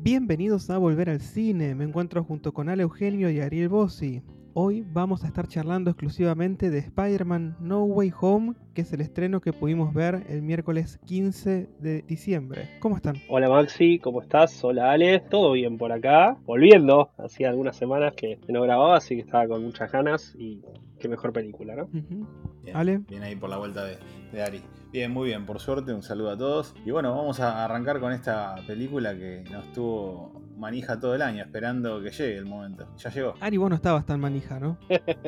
Bienvenidos a Volver al Cine. Me encuentro junto con Ale Eugenio y Ariel Bossi. Hoy vamos a estar charlando exclusivamente de Spider-Man No Way Home, que es el estreno que pudimos ver el miércoles 15 de diciembre. ¿Cómo están? Hola Maxi, ¿cómo estás? Hola Ale, todo bien por acá. Volviendo, hacía algunas semanas que no grababa, así que estaba con muchas ganas y qué mejor película, ¿no? Bien. Ale. Bien ahí por la vuelta de Ari. Bien, muy bien, por suerte, un saludo a todos. Y bueno, vamos a arrancar con esta película que nos tuvo manija todo el año, esperando que llegue el momento. Ya llegó. Ari, vos no estabas tan manija, ¿no?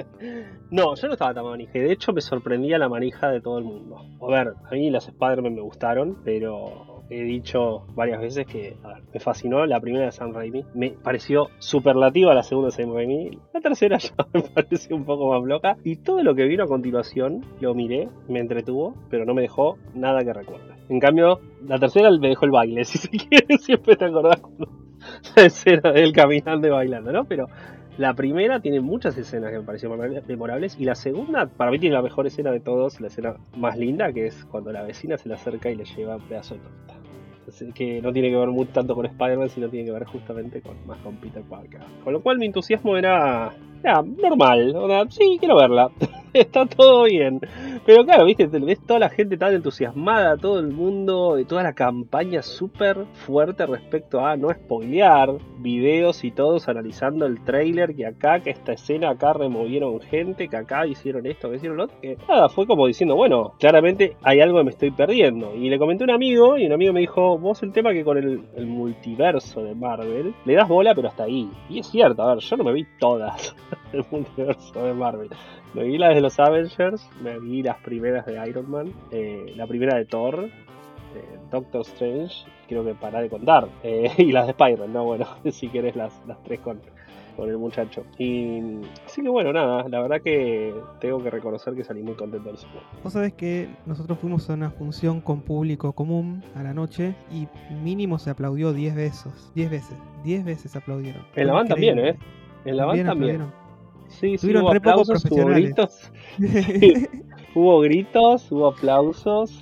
No, yo no estaba tan manija. De hecho, me sorprendía la manija de todo el mundo. A ver, a mí las Spider-Man me gustaron, pero he dicho varias veces que me fascinó la primera de Sam Raimi. Me pareció superlativa la segunda de Sam Raimi. La tercera ya me pareció un poco más loca. Y todo lo que vino a continuación lo miré, me entretuvo, pero no me dejó nada que recuerde. En cambio, la tercera me dejó el baile, si se quiere, siempre te acordás la escena de él caminando y bailando, ¿no? Pero la primera tiene muchas escenas que me parecieron memorables. Y la segunda, para mí, tiene la mejor escena de todos, la escena más linda, que es cuando la vecina se le acerca y le lleva un pedazo de torta. Así que no tiene que ver tanto con Spider-Man, sino tiene que ver justamente más con Peter Parker. Con lo cual mi entusiasmo era normal. O sea, sí, quiero verla. Está todo bien. Pero claro, viste, ves toda la gente tan entusiasmada, todo el mundo, toda la campaña súper fuerte respecto a no spoilear, videos y todos analizando el trailer, que esta escena acá removieron gente, que acá hicieron esto, que hicieron lo otro. Que nada, fue como diciendo, bueno, claramente hay algo que me estoy perdiendo. Y le comenté a un amigo, y un amigo me dijo, vos el tema que con el multiverso de Marvel le das bola, pero hasta ahí. Y es cierto, a ver, yo no me vi todas el multiverso de Marvel. Me vi las de los Avengers, me vi las primeras de Iron Man, la primera de Thor, Doctor Strange, creo que para de contar, y las de Spider-Man, ¿no? Bueno, si querés las tres con el muchacho. Y así que bueno, nada, la verdad que tengo que reconocer que salí muy contento del cine. Vos sabés que nosotros fuimos a una función con público común a la noche y mínimo se aplaudió 10 veces. 10 veces aplaudieron. En la van también, ¿eh? En la van también. Sí, tuvieron hubo re poco aplausos, profesionales. hubo gritos. Sí, hubo gritos, hubo aplausos.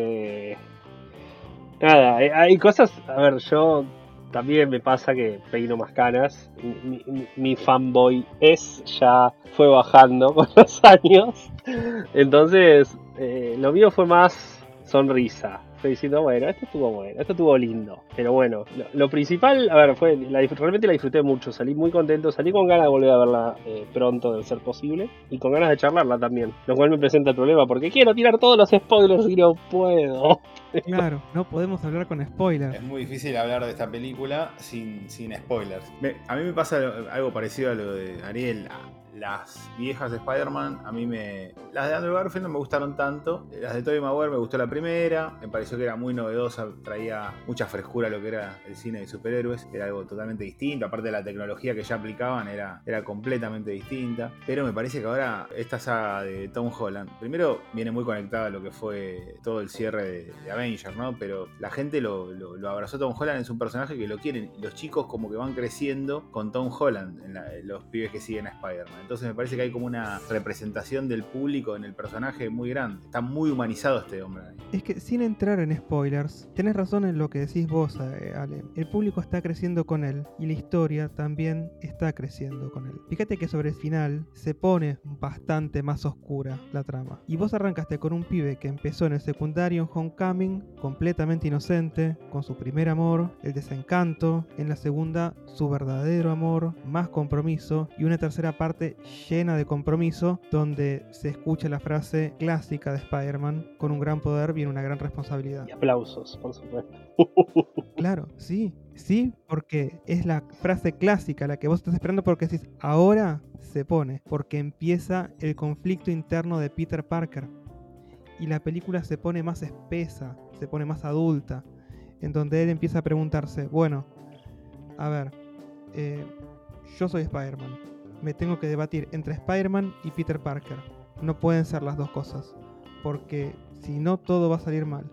Nada, hay cosas. A ver, yo también me pasa que peino más canas. Mi fanboy ya fue bajando con los años. Entonces, lo mío fue más sonrisa. Fue diciendo, bueno, esto estuvo lindo. Pero bueno, lo principal, a ver, realmente la disfruté mucho. Salí muy contento, salí con ganas de volver a verla pronto, de ser posible. Y con ganas de charlarla también. Lo cual me presenta el problema, porque quiero tirar todos los spoilers y no puedo. Claro, no podemos hablar con spoilers. Es muy difícil hablar de esta película sin spoilers. A mí me pasa algo parecido a lo de Ariel. Las viejas de Spider-Man, las de Andrew Garfield no me gustaron tanto. Las de Tobey Maguire me gustó la primera. Me pareció que era muy novedosa, traía mucha frescura a lo que era el cine de superhéroes. Era algo totalmente distinto. Aparte de la tecnología que ya aplicaban, era completamente distinta. Pero me parece que ahora esta saga de Tom Holland, primero viene muy conectada a lo que fue todo el cierre de Avengers, ¿no? Pero la gente lo abrazó. Tom Holland es un personaje que lo quieren. Y los chicos como que van creciendo con Tom Holland, los pibes que siguen a Spider-Man. Entonces me parece que hay como una representación del público en el personaje muy grande. Está muy humanizado este hombre. Es que sin entrar en spoilers, tenés razón en lo que decís vos, Ale. El público está creciendo con él y la historia también está creciendo con él. Fíjate que sobre el final se pone bastante más oscura la trama. Y vos arrancaste con un pibe que empezó en el secundario en Homecoming, completamente inocente, con su primer amor, el desencanto, en la segunda su verdadero amor, más compromiso y una tercera parte llena de compromiso donde se escucha la frase clásica de Spider-Man: con un gran poder viene una gran responsabilidad. Y aplausos, por supuesto. Claro, sí, porque es la frase clásica, la que vos estás esperando, porque decís, ahora se pone, porque empieza el conflicto interno de Peter Parker y la película se pone más espesa, se pone más adulta, en donde él empieza a preguntarse, bueno, a ver, yo soy Spider-Man, me tengo que debatir entre Spider-Man y Peter Parker. No pueden ser las dos cosas, porque si no todo va a salir mal.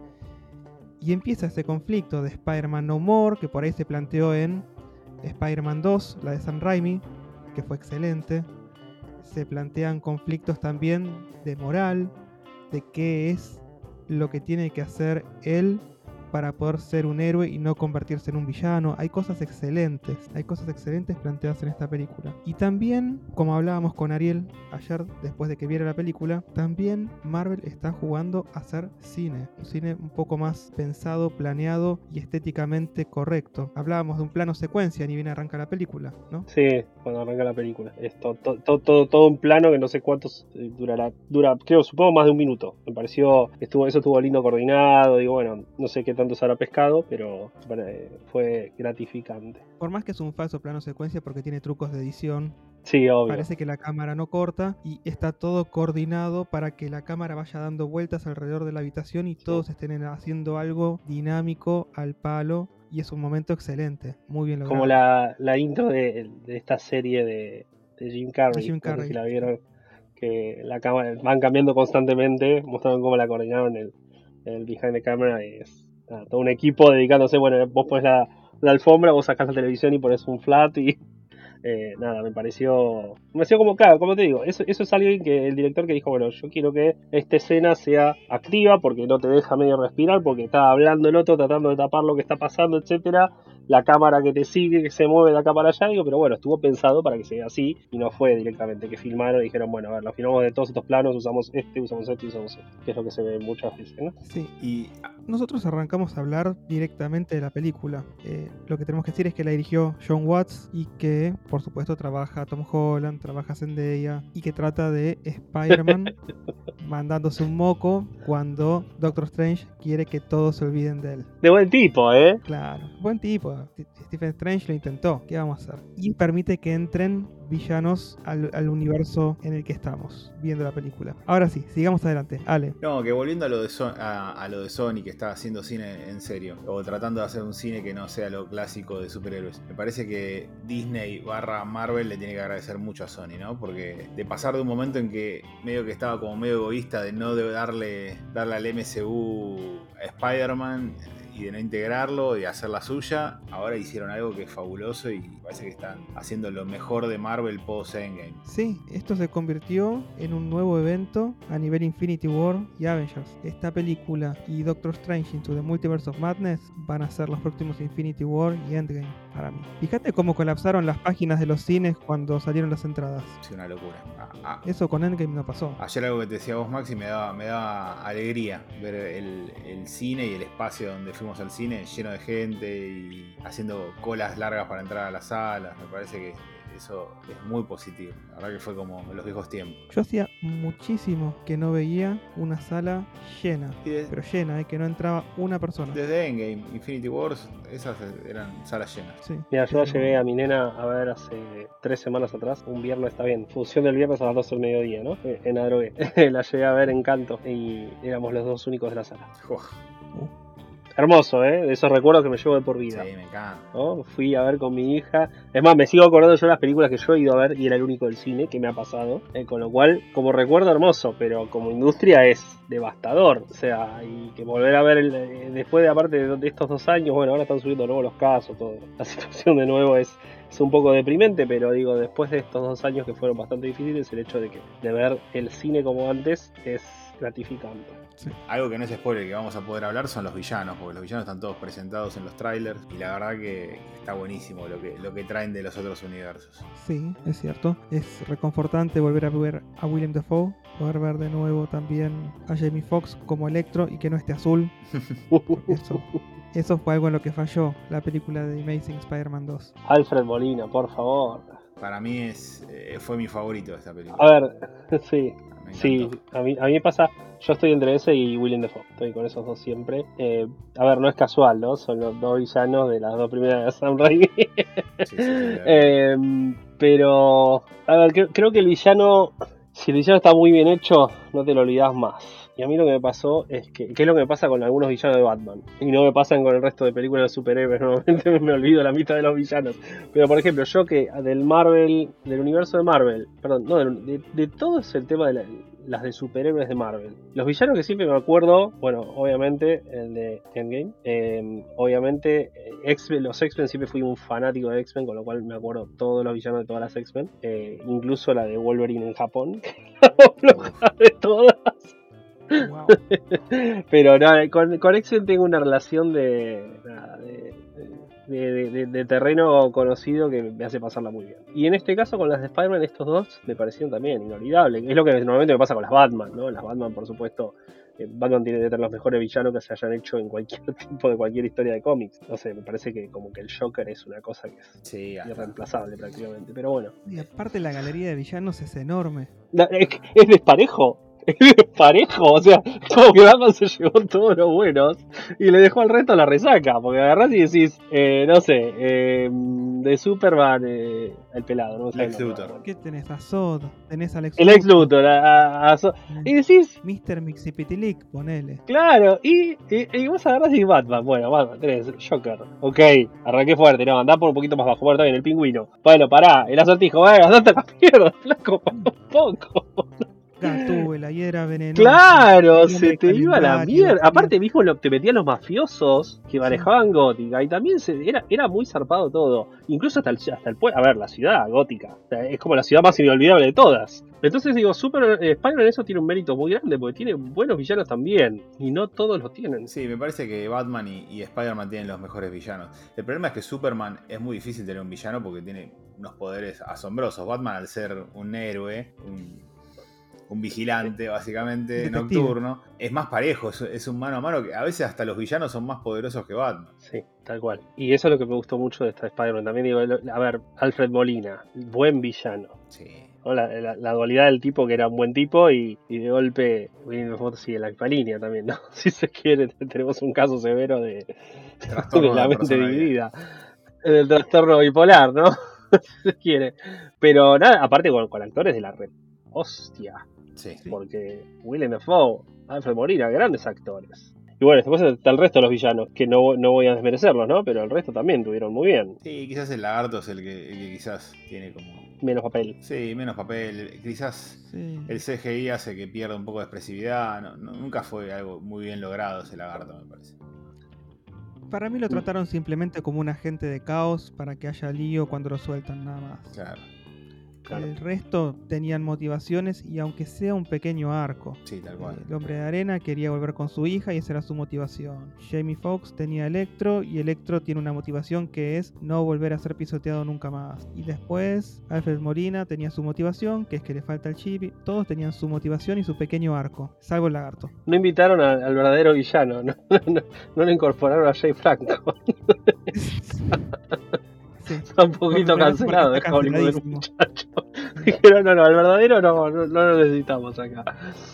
Y empieza ese conflicto de Spider-Man No More, que por ahí se planteó en Spider-Man 2, la de Sam Raimi, que fue excelente. Se plantean conflictos también de moral, de qué es lo que tiene que hacer él para poder ser un héroe y no convertirse en un villano. Hay cosas excelentes planteadas en esta película. Y también, como hablábamos con Ariel ayer, después de que viera la película, también Marvel está jugando a hacer cine. Un cine un poco más pensado, planeado y estéticamente correcto. Hablábamos de un plano secuencia, ni bien arranca la película, ¿no? Sí, cuando arranca la película. Es todo un plano que no sé cuántos durará. Creo, supongo más de un minuto. Me pareció que eso estuvo lindo coordinado. Digo, bueno, no sé qué tanto se habrá pescado, pero fue gratificante. Por más que es un falso plano secuencia porque tiene trucos de edición, Sí, obvio. parece que la cámara no corta y está todo coordinado para que la cámara vaya dando vueltas alrededor de la habitación y todos estén haciendo algo dinámico al palo. Y es un momento excelente, muy bien logrado. Como la intro de esta serie de Jim Carrey. De Jim No Carrey. sé si la vieron, que la cámara van cambiando constantemente, mostraron cómo la coordinaron el behind the camera. Y es todo un equipo dedicándose, bueno, vos pones la alfombra, vos sacás la televisión y pones un flat y me pareció como, claro, como te digo, eso es alguien que el director que dijo, bueno, yo quiero que esta escena sea activa porque no te deja medio respirar, porque está hablando el otro tratando de tapar lo que está pasando, etcétera, la cámara que te sigue, que se mueve de acá para allá, digo, pero bueno, estuvo pensado para que sea así y no fue directamente que filmaron y dijeron, bueno, a ver, lo filmamos de todos estos planos, usamos este, usamos este, que es lo que se ve muchas veces, ¿no? Sí, y nosotros arrancamos a hablar directamente de la película. Lo que tenemos que decir es que la dirigió John Watts y que, por supuesto, trabaja Tom Holland, trabaja Zendaya y que trata de Spider-Man mandándose un moco cuando Doctor Strange quiere que todos se olviden de él. De buen tipo, ¿eh? Claro, buen tipo. Stephen Strange lo intentó. ¿Qué vamos a hacer? Y permite que entren villanos al universo en el que estamos viendo la película. Ahora sí, sigamos adelante. Ale. No, que volviendo a lo de Sony, que está haciendo cine en serio, o tratando de hacer un cine que no sea lo clásico de superhéroes, me parece que Disney / Marvel le tiene que agradecer mucho a Sony, ¿no? Porque de pasar de un momento en que medio que estaba como medio egoísta de no darle al MCU a Spider-Man y de no integrarlo y hacer la suya, ahora hicieron algo que es fabuloso y parece que están haciendo lo mejor de Marvel post Endgame. Sí, esto se convirtió en un nuevo evento a nivel Infinity War y Avengers. Esta película y Doctor Strange Into the Multiverse of Madness van a ser los próximos Infinity War y Endgame para mí. Fíjate cómo colapsaron las páginas de los cines cuando salieron las entradas. Sí, una locura. Eso con Endgame no pasó. Ayer algo que te decía vos, Maxi, me daba alegría ver el cine y el espacio donde fuimos al cine lleno de gente y haciendo colas largas para entrar a las salas. Me parece que eso es muy positivo. La verdad que fue como en los viejos tiempos. Yo hacía muchísimo que no veía una sala llena, pero llena, que no entraba una persona. Desde Endgame, Infinity Wars, esas eran salas llenas. Sí. Mira, yo la llevé a mi nena a ver hace 3 semanas atrás, un viernes, está bien, función del viernes a las 12 del mediodía, ¿no? En Adrogué. La llevé a ver Encanto y éramos los dos únicos de la sala. Hermoso, de esos recuerdos que me llevo de por vida. Sí, me encanta. ¿No? Fui a ver con mi hija. Es más, me sigo acordando yo de las películas que yo he ido a ver y era el único del cine que me ha pasado. Con lo cual, como recuerdo hermoso, pero como industria es devastador. O sea, y que volver a ver después de aparte de estos 2 años, bueno, ahora están subiendo de nuevo los casos, todo. La situación de nuevo es un poco deprimente, pero digo, después de estos 2 años que fueron bastante difíciles, el hecho de ver el cine como antes es gratificante. Sí. Algo que no es spoiler que vamos a poder hablar son los villanos, porque los villanos están todos presentados en los trailers y la verdad que está buenísimo lo que traen de los otros universos. Sí, es cierto. Es reconfortante volver a ver a Willem Dafoe, poder ver de nuevo también a Jamie Foxx como Electro y que no esté azul. Eso fue algo en lo que falló la película de Amazing Spider-Man 2. Alfred Molina, por favor. Para mí fue mi favorito de esta película. A ver, sí. Sí, a mí me pasa, yo estoy entre ese y Willem Dafoe, estoy con esos dos siempre. A ver, no es casual, ¿no? Son los 2 villanos de las 2 primeras de Sam Raimi. Sí, pero, a ver, creo que el villano, si el villano está muy bien hecho, no te lo olvidás más. Y a mí lo que me pasó es que es lo que me pasa con algunos villanos de Batman. Y no me pasan con el resto de películas de superhéroes. Normalmente me olvido la mitad de los villanos. Pero por ejemplo, yo que del universo de Marvel, perdón, no, de todo es el tema de las de superhéroes de Marvel. Los villanos que siempre me acuerdo, bueno, obviamente el de Endgame. Obviamente los X-Men, siempre fui un fanático de X-Men, con lo cual me acuerdo todos los villanos de todas las X-Men. Incluso la de Wolverine en Japón, que es la más floja de todas. Wow. Pero no, con X-Men tengo una relación de terreno conocido que me hace pasarla muy bien. Y en este caso con las de Spider-Man, estos dos me parecieron también inolvidables. Es lo que normalmente me pasa con las Batman, ¿no? Las Batman, por supuesto, Batman tiene que tener los mejores villanos que se hayan hecho en cualquier tipo de cualquier historia de cómics. No sé, me parece que como que el Joker es una cosa que es irreemplazable prácticamente. Pero bueno. Y aparte la galería de villanos es enorme. Es desparejo. Es desparejo. O sea, como que Batman se llevó todos los buenos y le dejó al resto la resaca. Porque agarrás y decís, no sé, de Superman, el pelado, ¿no? Lex Luthor. ¿Qué tenés? A Zod, tenés a Lex El ex Luthor. Y decís, Mr. Mixipitilic, ponele. claro, y vos agarrás y Batman. Bueno, Batman, tenés Joker. Ok, arranqué fuerte, no, andá por un poquito más bajo. Bueno, está bien, el pingüino. Bueno, pará, el acertijo, andate a la mierda, flaco, un poco. Gatúbela, la hiedra venenosa. Claro, se te iba la mierda. Aparte mismo te metían los mafiosos que manejaban Gótica y también era muy zarpado todo. Incluso hasta el pueblo. A ver, la ciudad Gótica. O sea, es como la ciudad más inolvidable de todas. Entonces digo, Spider-Man en eso tiene un mérito muy grande porque tiene buenos villanos también. Y no todos los tienen. Sí, me parece que Batman y Spider-Man tienen los mejores villanos. El problema es que Superman es muy difícil tener un villano porque tiene unos poderes asombrosos. Batman, al ser un héroe, un vigilante básicamente nocturno, es más parejo, es un mano a mano que a veces hasta los villanos son más poderosos que Batman. Sí, tal cual. Y eso es lo que me gustó mucho de esta Spider-Man. También digo, a ver, Alfred Molina, buen villano. Sí. La dualidad del tipo que era un buen tipo y de golpe sigue la misma línea también, ¿no? Si se quiere, tenemos un caso severo de la mente dividida, del trastorno bipolar, ¿no? Si se quiere. Pero nada, aparte con actores de la red. Hostia. Sí. Porque Willem Dafoe, Alfred Molina, grandes actores. Y bueno, después está el resto de los villanos, que no voy a desmerecerlos, ¿no? Pero el resto también tuvieron muy bien. Sí, quizás el lagarto es el que quizás tiene como... menos papel. Sí, menos papel. Quizás el CGI hace que pierda un poco de expresividad. Nunca fue algo muy bien logrado ese lagarto, me parece. Para mí lo trataron simplemente como un agente de caos para que haya lío cuando lo sueltan, nada más. Claro. El resto tenían motivaciones y aunque sea un pequeño arco. Sí, tal cual. El hombre de arena quería volver con su hija y esa era su motivación. Jamie Foxx tenía Electro y Electro tiene una motivación que es no volver a ser pisoteado nunca más. Y después Alfred Molina tenía su motivación, que es que le falta el chip. Todos tenían su motivación y su pequeño arco, salvo el lagarto. No invitaron al verdadero villano, no le incorporaron a Jay Franco. Sí. Está un poquito cancelado de Hollywood, muchacho. Dijeron, no, al verdadero no lo necesitamos acá.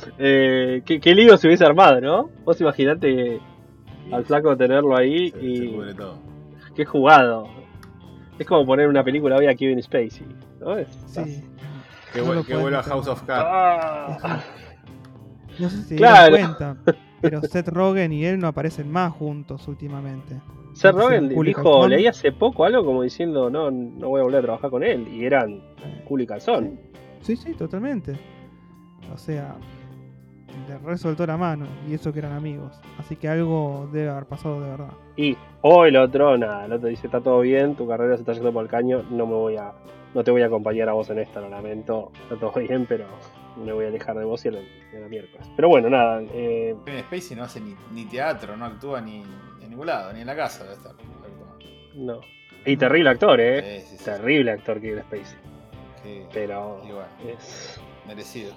Qué lío se hubiese armado, ¿no? Vos imaginate al flaco tenerlo ahí y... Se cubre todo. Qué jugado. Es como poner una película hoy a Kevin Spacey, ¿no? Sí. Que vuelva a House of Cards. No sé si se dieron cuenta, pero Seth Rogen y él no aparecen más juntos últimamente. Seth Rogen dijo, leí hace poco algo como diciendo no voy a volver a trabajar con él, y eran culo y calzón. Sí, totalmente. O sea, le resoltó la mano, y eso que eran amigos. Así que algo debe haber pasado de verdad. Y el otro dice, está todo bien, tu carrera se está yendo por el caño, no te voy a acompañar a vos en esta, lo lamento, está todo bien, pero me voy a alejar de vos y el miércoles. Pero bueno, nada. Kevin Spacey no hace ni teatro, no actúa ni en ningún lado, ni en la casa debe estar. No. Y terrible actor, Sí. Terrible actor Kevin Spacey. Sí. Pero igual, es merecido.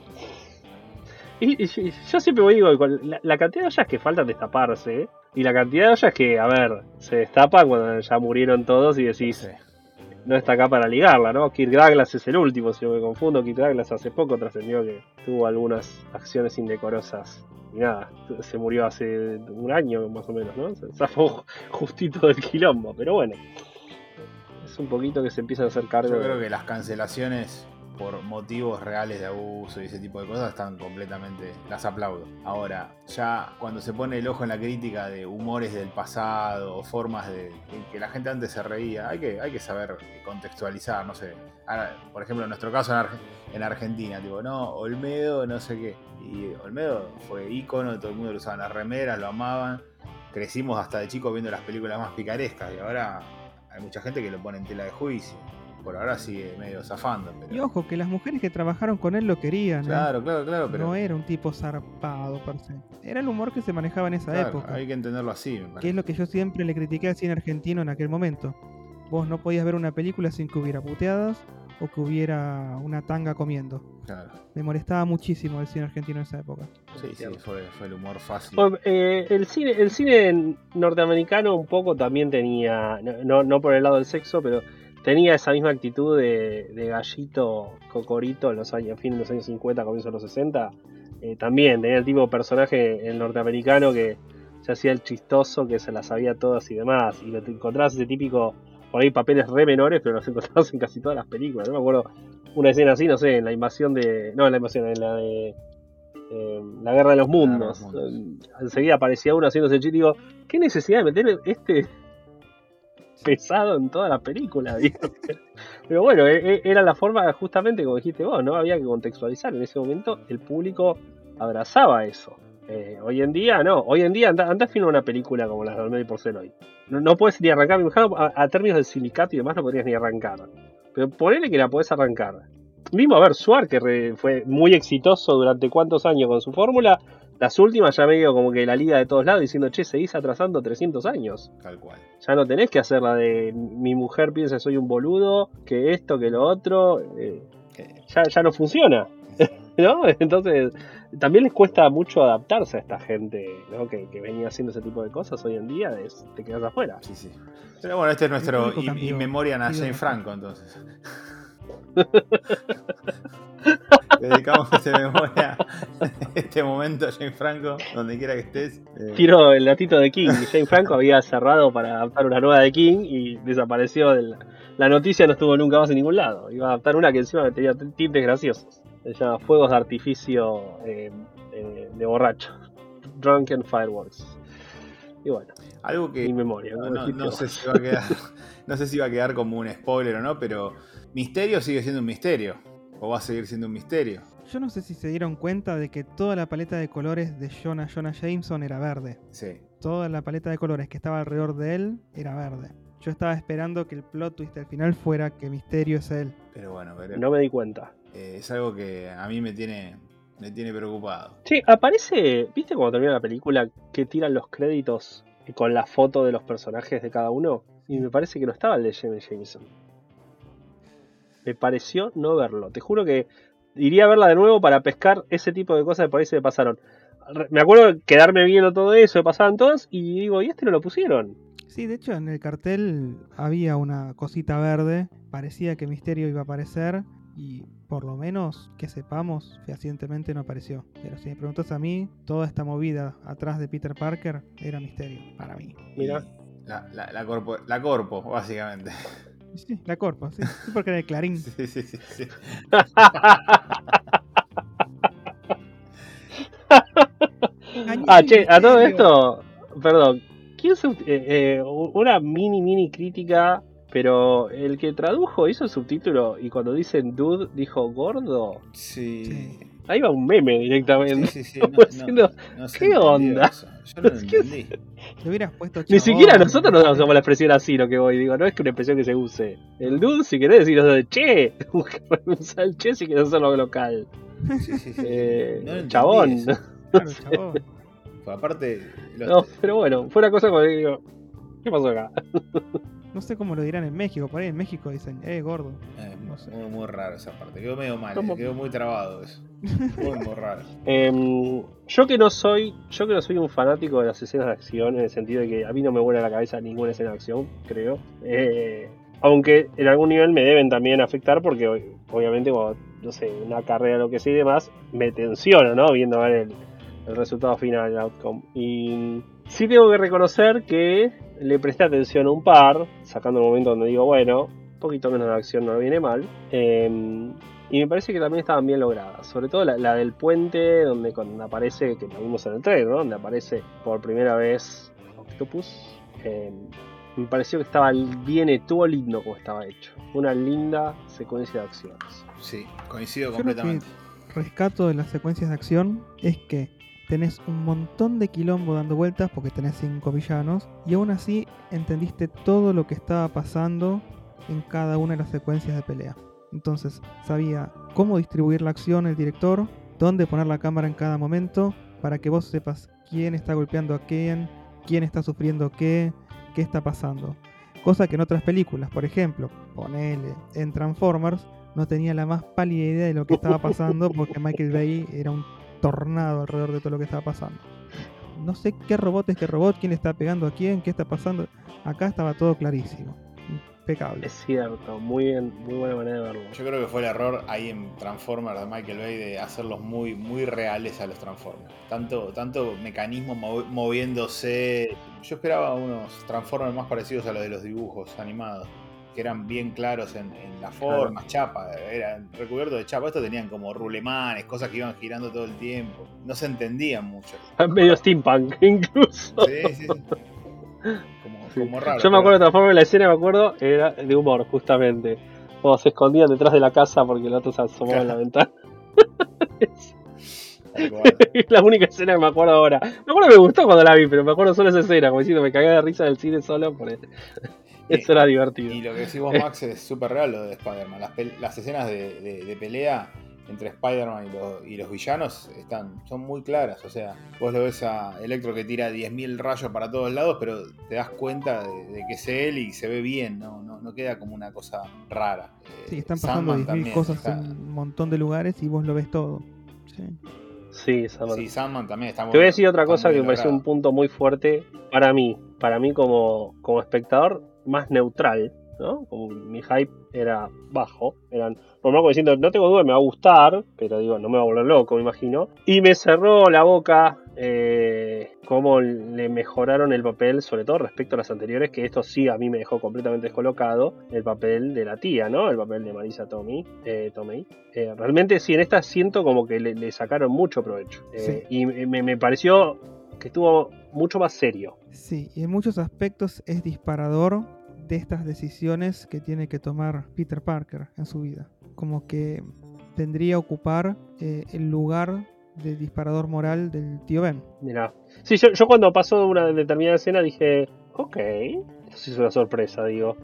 Y yo siempre digo, la cantidad de ollas que faltan destaparse, y la cantidad de ollas que, a ver, se destapan cuando ya murieron todos y decís, Sí. no está acá para ligarla, ¿no? Kirk Douglas es el último, si no me confundo. Kirk Douglas hace poco trascendió que tuvo algunas acciones indecorosas. Y nada, se murió hace un año más o menos, ¿no? Se zafó justito del quilombo, pero bueno. Es un poquito que se empiezan a hacer cargo. Yo creo que las cancelaciones por motivos reales de abuso y ese tipo de cosas están completamente... las aplaudo. Ahora, ya cuando se pone el ojo en la crítica de humores del pasado o formas de que la gente antes se reía, hay que saber contextualizar, no sé. Ahora, por ejemplo, en nuestro caso en Argentina, tipo, no, Olmedo, no sé qué. Y Olmedo fue ícono, todo el mundo lo usaba en las remeras, lo amaban. Crecimos hasta de chicos viendo las películas más picarescas y ahora hay mucha gente que lo pone en tela de juicio. por ahora sigue medio zafando. Y ojo, que las mujeres que trabajaron con él lo querían. Claro, claro, pero no era un tipo zarpado, per se. Era el humor que se manejaba en esa claro, época. hay que entenderlo así, me Que parece. es lo que yo siempre le critiqué al cine argentino en aquel momento. Vos no podías ver una película sin que hubiera puteadas o que hubiera una tanga comiendo. Claro. Me molestaba muchísimo el cine argentino en esa época. Sí, fue el humor fácil. Bueno, el cine norteamericano un poco también tenía, no por el lado del sexo, pero tenía esa misma actitud de gallito cocorito en los años, fin de los años 50, comienzo de los 60. También tenía el tipo de personaje el norteamericano que se hacía el chistoso, que se las sabía todas y demás. Y lo encontrabas ese típico, por ahí papeles re menores, pero los encontrabas en casi todas las películas. No me acuerdo una escena así, no sé, en la invasión de... No, en la invasión, en la de... La Guerra de los Mundos. Enseguida aparecía uno haciéndose el chiste y digo, ¿qué necesidad de meter este pesado en toda la película? Pero bueno, era la forma, justamente como dijiste vos, ¿no? Había que contextualizar. En ese momento el público abrazaba eso. Hoy en día no. Hoy en día anda a filmar una película como las de Olmedo y Porcel hoy. No puedes ni arrancar, a términos del sindicato y demás no podrías ni arrancar. Pero ponele que la podés arrancar. Mismo, a ver, Suar, que fue muy exitoso durante cuántos años con su fórmula, las últimas ya medio como que la liga de todos lados diciendo, che, seguís atrasando 300 años. Tal cual. Ya no tenés que hacer la de mi mujer piensa que soy un boludo, que esto, que lo otro, ya no funciona, ¿no? Entonces, también les cuesta mucho adaptarse a esta gente, ¿no? que venía haciendo ese tipo de cosas hoy en día, te quedas afuera. Sí. Pero bueno, este es nuestro cambió. Memoriam a Jane Franco, entonces. Dedicamos este momento a Jane Franco, donde quiera que estés. Tiro el datito de King. Jane Franco había cerrado para adaptar una nueva de King y desapareció. La noticia no estuvo nunca más en ningún lado. Iba a adaptar una que encima tenía tintes graciosos. Se llama Fuegos de Artificio de borracho. Drunken Fireworks. Y bueno, algo que mi memoria. No sé si va a quedar, no sé si va a quedar como un spoiler o no, pero Misterio sigue siendo un misterio. O va a seguir siendo un misterio. Yo no sé si se dieron cuenta de que toda la paleta de colores de Jonah Jameson era verde. Sí. Toda la paleta de colores que estaba alrededor de él era verde. Yo estaba esperando que el plot twist al final fuera que Misterio es él. Pero bueno, no me di cuenta. Es algo que a mí me tiene preocupado. Sí, aparece, ¿viste cuando termina la película que tiran los créditos con la foto de los personajes de cada uno? Y me parece que no estaba el de Jonah Jameson. Me pareció no verlo. Te juro que iría a verla de nuevo para pescar ese tipo de cosas que por ahí se me pasaron. Me acuerdo de quedarme viendo todo eso, me pasaban todas y digo, ¿y este no lo pusieron? Sí, de hecho en el cartel había una cosita verde. Parecía que Misterio iba a aparecer y por lo menos que sepamos, fehacientemente no apareció. Pero si me preguntas a mí, toda esta movida atrás de Peter Parker era Misterio, para mí. Mira. La corpo, básicamente. Sí, la corpo, sí porque era de Clarín. Sí. Che, a todo esto, perdón, ¿quién una mini crítica, pero el que tradujo hizo el subtítulo y cuando dicen dude dijo gordo? Sí. Ahí va un meme directamente. Sí. No ¿qué onda? Eso. Yo no lo entendí. Le hubieras puesto Ni chabón, siquiera nosotros nos usamos la expresión así, lo que voy. Digo, no es que una expresión que se use. El dude, si querés decir de che, usa el che si querés hacerlo local. Sí. No chabón. Eso. Claro, chabón. Aparte. No, pero bueno, fue una cosa como digo, ¿qué pasó acá? No sé cómo lo dirán en México. Por ahí en México dicen, gordo. No sé. Muy raro esa parte. Quedó medio mal. Quedó muy trabado eso. Muy raro. Yo que no soy un fanático de las escenas de acción, en el sentido de que a mí no me vuela la cabeza ninguna escena de acción, creo. Aunque en algún nivel me deben también afectar porque obviamente cuando, no sé, una carrera, lo que sea y demás, me tensiono, ¿no? Viendo a ver el resultado final, el outcome. Y sí tengo que reconocer que le presté atención a un par, sacando el momento donde digo, bueno, un poquito menos de acción no viene mal. Y me parece que también estaban bien logradas. Sobre todo la del puente, donde cuando aparece, que lo vimos en el trailer, ¿no? Donde aparece por primera vez Octopus. Me pareció que estaba bien, estuvo lindo como estaba hecho. Una linda secuencia de acciones. Sí, coincido Yo completamente. Lo que rescato de las secuencias de acción es que tenés un montón de quilombo dando vueltas porque tenés 5 villanos y aún así entendiste todo lo que estaba pasando en cada una de las secuencias de pelea. Entonces sabía cómo distribuir la acción el director, dónde poner la cámara en cada momento, para que vos sepas quién está golpeando a quién está sufriendo qué está pasando. Cosa que en otras películas, por ejemplo, ponele en Transformers, no tenía la más pálida idea de lo que estaba pasando porque Michael Bay era un tornado alrededor de todo lo que estaba pasando. No sé qué robot es qué robot, quién le está pegando a quién, qué está pasando. Acá estaba todo clarísimo. Impecable. Es cierto, muy bien, muy buena manera de verlo. Yo creo que fue el error ahí en Transformers de Michael Bay de hacerlos muy, muy reales a los Transformers. Tanto mecanismo moviéndose. Yo esperaba unos Transformers más parecidos a los de los dibujos animados, que eran bien claros en la forma, claro. Chapa, eran recubiertos de chapa. Estos tenían como rulemanes, cosas que iban girando todo el tiempo. No se entendían mucho. Medio steampunk, incluso. Sí. Como raro. Yo me acuerdo de Transformers, la escena me acuerdo, era de humor, justamente. Cuando se escondían detrás de la casa porque el otro se asomaba en la ventana. Es la única escena que me acuerdo ahora. Me acuerdo que me gustó cuando la vi, pero me acuerdo solo esa escena, como diciendo, me cagué de risa del cine solo por eso. Eso era divertido. Y lo que decís vos, Max, es súper real lo de Spider-Man. Las escenas de pelea entre Spider-Man y los villanos son muy claras. O sea, vos lo ves a Electro que tira 10.000 rayos para todos lados, pero te das cuenta de que es él y se ve bien, no queda como una cosa rara. Sí, están pasando 10.000 cosas en un montón de lugares y vos lo ves todo. Sí, Sandman. Sí, Sandman también está muy. Te voy a decir otra cosa que me pareció un punto muy fuerte para mí como espectador más neutral, ¿no? Como mi hype era bajo, eran por más diciendo, no tengo duda, me va a gustar, pero digo, no me va a volver loco, me imagino. Y me cerró la boca cómo le mejoraron el papel, sobre todo respecto a las anteriores, que esto sí a mí me dejó completamente descolocado, el papel de la tía, ¿no? El papel de Marisa Tomei. Realmente sí, en esta siento como que le sacaron mucho provecho. Sí. Y me pareció que estuvo mucho más serio. Sí, y en muchos aspectos es disparador de estas decisiones que tiene que tomar Peter Parker en su vida. Como que tendría a ocupar el lugar de disparador moral del tío Ben. Mirá. Sí, yo cuando pasó una determinada escena dije, ok, esto sí es una sorpresa, digo.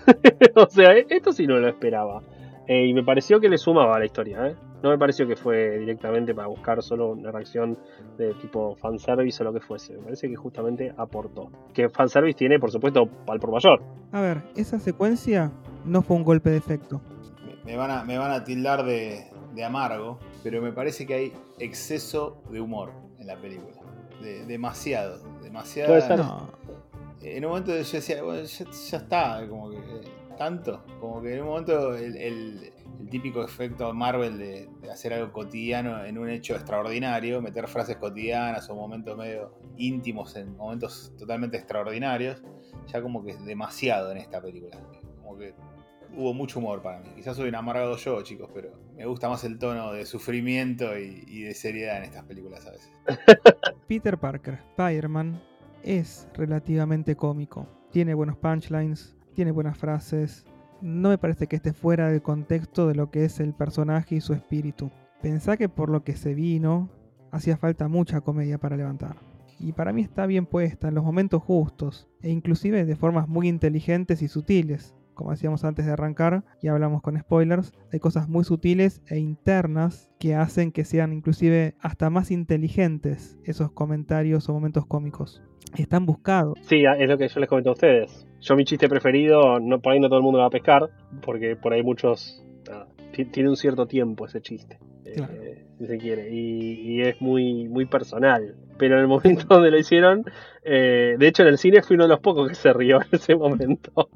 O sea, esto sí no lo esperaba. Y me pareció que le sumaba a la historia, No me pareció que fue directamente para buscar solo una reacción de tipo fanservice o lo que fuese. Me parece que justamente aportó. Que fanservice tiene, por supuesto, al por mayor. A ver, esa secuencia no fue un golpe de efecto. Me van a tildar de amargo, pero me parece que hay exceso de humor en la película. Demasiado. Puede ser. No. En un momento yo decía, bueno, ya está, como que tanto, como que en un momento el típico efecto Marvel de hacer algo cotidiano en un hecho extraordinario, meter frases cotidianas o momentos medio íntimos en momentos totalmente extraordinarios, ya como que es demasiado en esta película. Como que hubo mucho humor para mí. Quizás soy un amargado yo, chicos, pero me gusta más el tono de sufrimiento y de seriedad en estas películas a veces. Peter Parker, Spider-Man, es relativamente cómico. Tiene buenos punchlines, tiene buenas frases. No me parece que esté fuera del contexto de lo que es el personaje y su espíritu. Pensá que por lo que se vino, hacía falta mucha comedia para levantar. Y para mí está bien puesta en los momentos justos, e inclusive de formas muy inteligentes y sutiles. Como decíamos antes de arrancar, y hablamos con spoilers, hay cosas muy sutiles e internas que hacen que sean inclusive hasta más inteligentes esos comentarios o momentos cómicos. Están buscados. Sí, es lo que yo les comento a ustedes. Yo mi chiste preferido, por ahí no todo el mundo lo va a pescar, porque por ahí muchos... tiene un cierto tiempo ese chiste, Claro. Si se quiere, y es muy, muy personal. Pero en el momento donde lo hicieron, de hecho en el cine fui uno de los pocos que se rió en ese momento.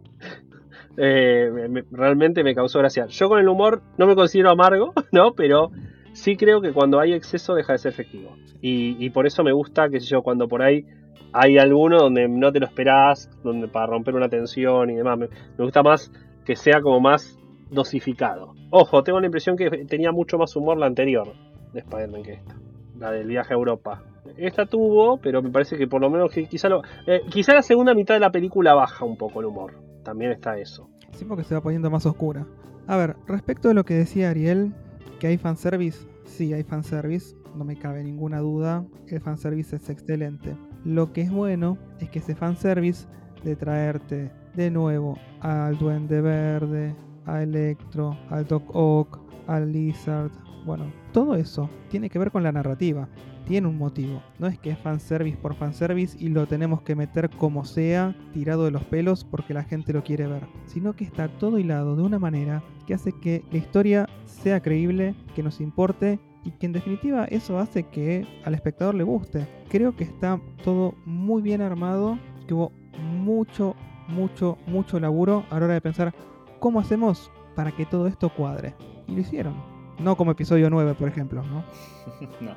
Realmente me causó gracia. Yo con el humor no me considero amargo, ¿no? Pero sí creo que cuando hay exceso deja de ser efectivo. Y por eso me gusta, qué sé yo, cuando por ahí hay alguno donde no te lo esperás, donde para romper una tensión y demás. Me gusta más que sea como más dosificado. Ojo, tengo la impresión que tenía mucho más humor la anterior de Spider-Man que esta. La del viaje a Europa. Esta tuvo, pero me parece que por lo menos que quizá la segunda mitad de la película baja un poco el humor. También está eso. Sí, porque se va poniendo más oscura. A ver, respecto de lo que decía Ariel, que hay fanservice, sí hay fanservice, no me cabe ninguna duda, el fanservice es excelente. Lo que es bueno es que ese fanservice de traerte de nuevo al Duende Verde, a Electro, al Doc Ock, al Lizard. Bueno, todo eso tiene que ver con la narrativa. Tiene un motivo. No es que es fanservice por fanservice y lo tenemos que meter como sea, tirado de los pelos porque la gente lo quiere ver. Sino que está todo hilado de una manera que hace que la historia sea creíble, que nos importe y que en definitiva eso hace que al espectador le guste. Creo que está todo muy bien armado, que hubo mucho laburo a la hora de pensar cómo hacemos para que todo esto cuadre. Y lo hicieron. No como episodio 9, por ejemplo, ¿no? No.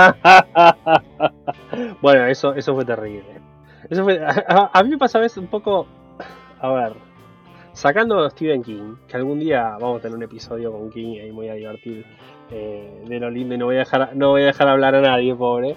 Bueno, eso fue terrible. Eso fue, a mí me pasa a veces un poco. A ver, sacando a Stephen King, que algún día vamos a tener un episodio con King y ahí me voy a divertir de lo lindo y no voy a dejar hablar a nadie, pobre.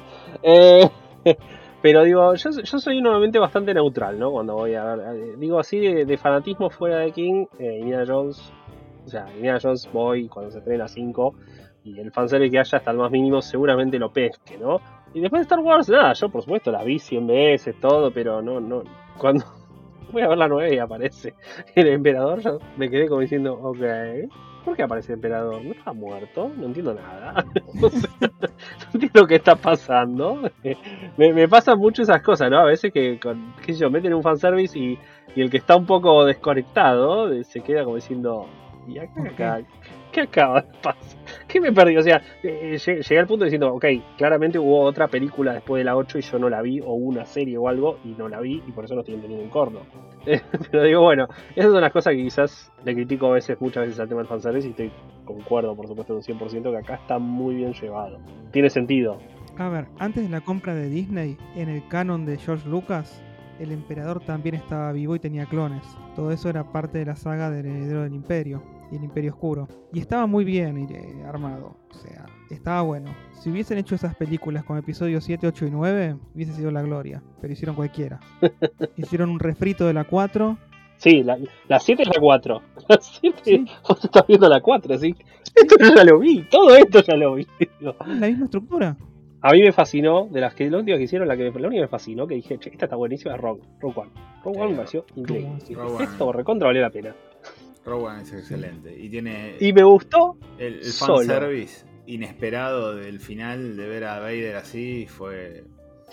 Pero digo, yo soy normalmente bastante neutral, ¿no? Cuando voy a ver, digo así de fanatismo fuera de King, Indiana Jones. O sea, Indiana Jones voy cuando se estrena 5 y el fanservice que haya hasta el más mínimo seguramente lo pesque, ¿no? Y después de Star Wars, nada, yo por supuesto la vi 100 veces, todo, pero no, cuando voy a ver la 9 y aparece el emperador, yo me quedé como diciendo, ok, ¿por qué aparece el emperador? ¿No está muerto? No entiendo nada. O sea, no entiendo qué está pasando. Me pasan mucho esas cosas, ¿no? A veces que, qué sé yo, meten un fanservice y el que está un poco desconectado se queda como diciendo, ¿y acá? ¿Qué acaba de pasar? ¿Qué me perdí? O sea, llegué al punto diciendo, ok, claramente hubo otra película después de la 8 y yo no la vi, o una serie o algo, y no la vi, y por eso no estoy entendiendo un corno. Pero digo, bueno, esas son las cosas que quizás le critico muchas veces al tema del fanservice, y estoy concuerdo, por supuesto, en un 100% que acá está muy bien llevado. Tiene sentido. A ver, antes de la compra de Disney, en el canon de George Lucas, el emperador también estaba vivo y tenía clones. Todo eso era parte de la saga del heredero del imperio y el imperio oscuro. Y estaba muy bien armado, o sea, estaba bueno. Si hubiesen hecho esas películas con episodios 7, 8 y 9, hubiese sido la gloria, pero hicieron cualquiera. Hicieron un refrito de la 4. Sí, la 7 es la 4. La 7, ¿Sí? Vos estás viendo la 4, ¿sí? Esto yo ya lo vi, todo esto ya lo vi. Es la misma estructura. A mí me fascinó, de las que lo único que hicieron, la única que me fascinó, que dije, che, esta está buenísima, es Rogue One. Rogue One me pareció increíble. Esto recontra valió la pena. Rogue One es excelente. Y me gustó el fanservice inesperado del final, de ver a Vader así, fue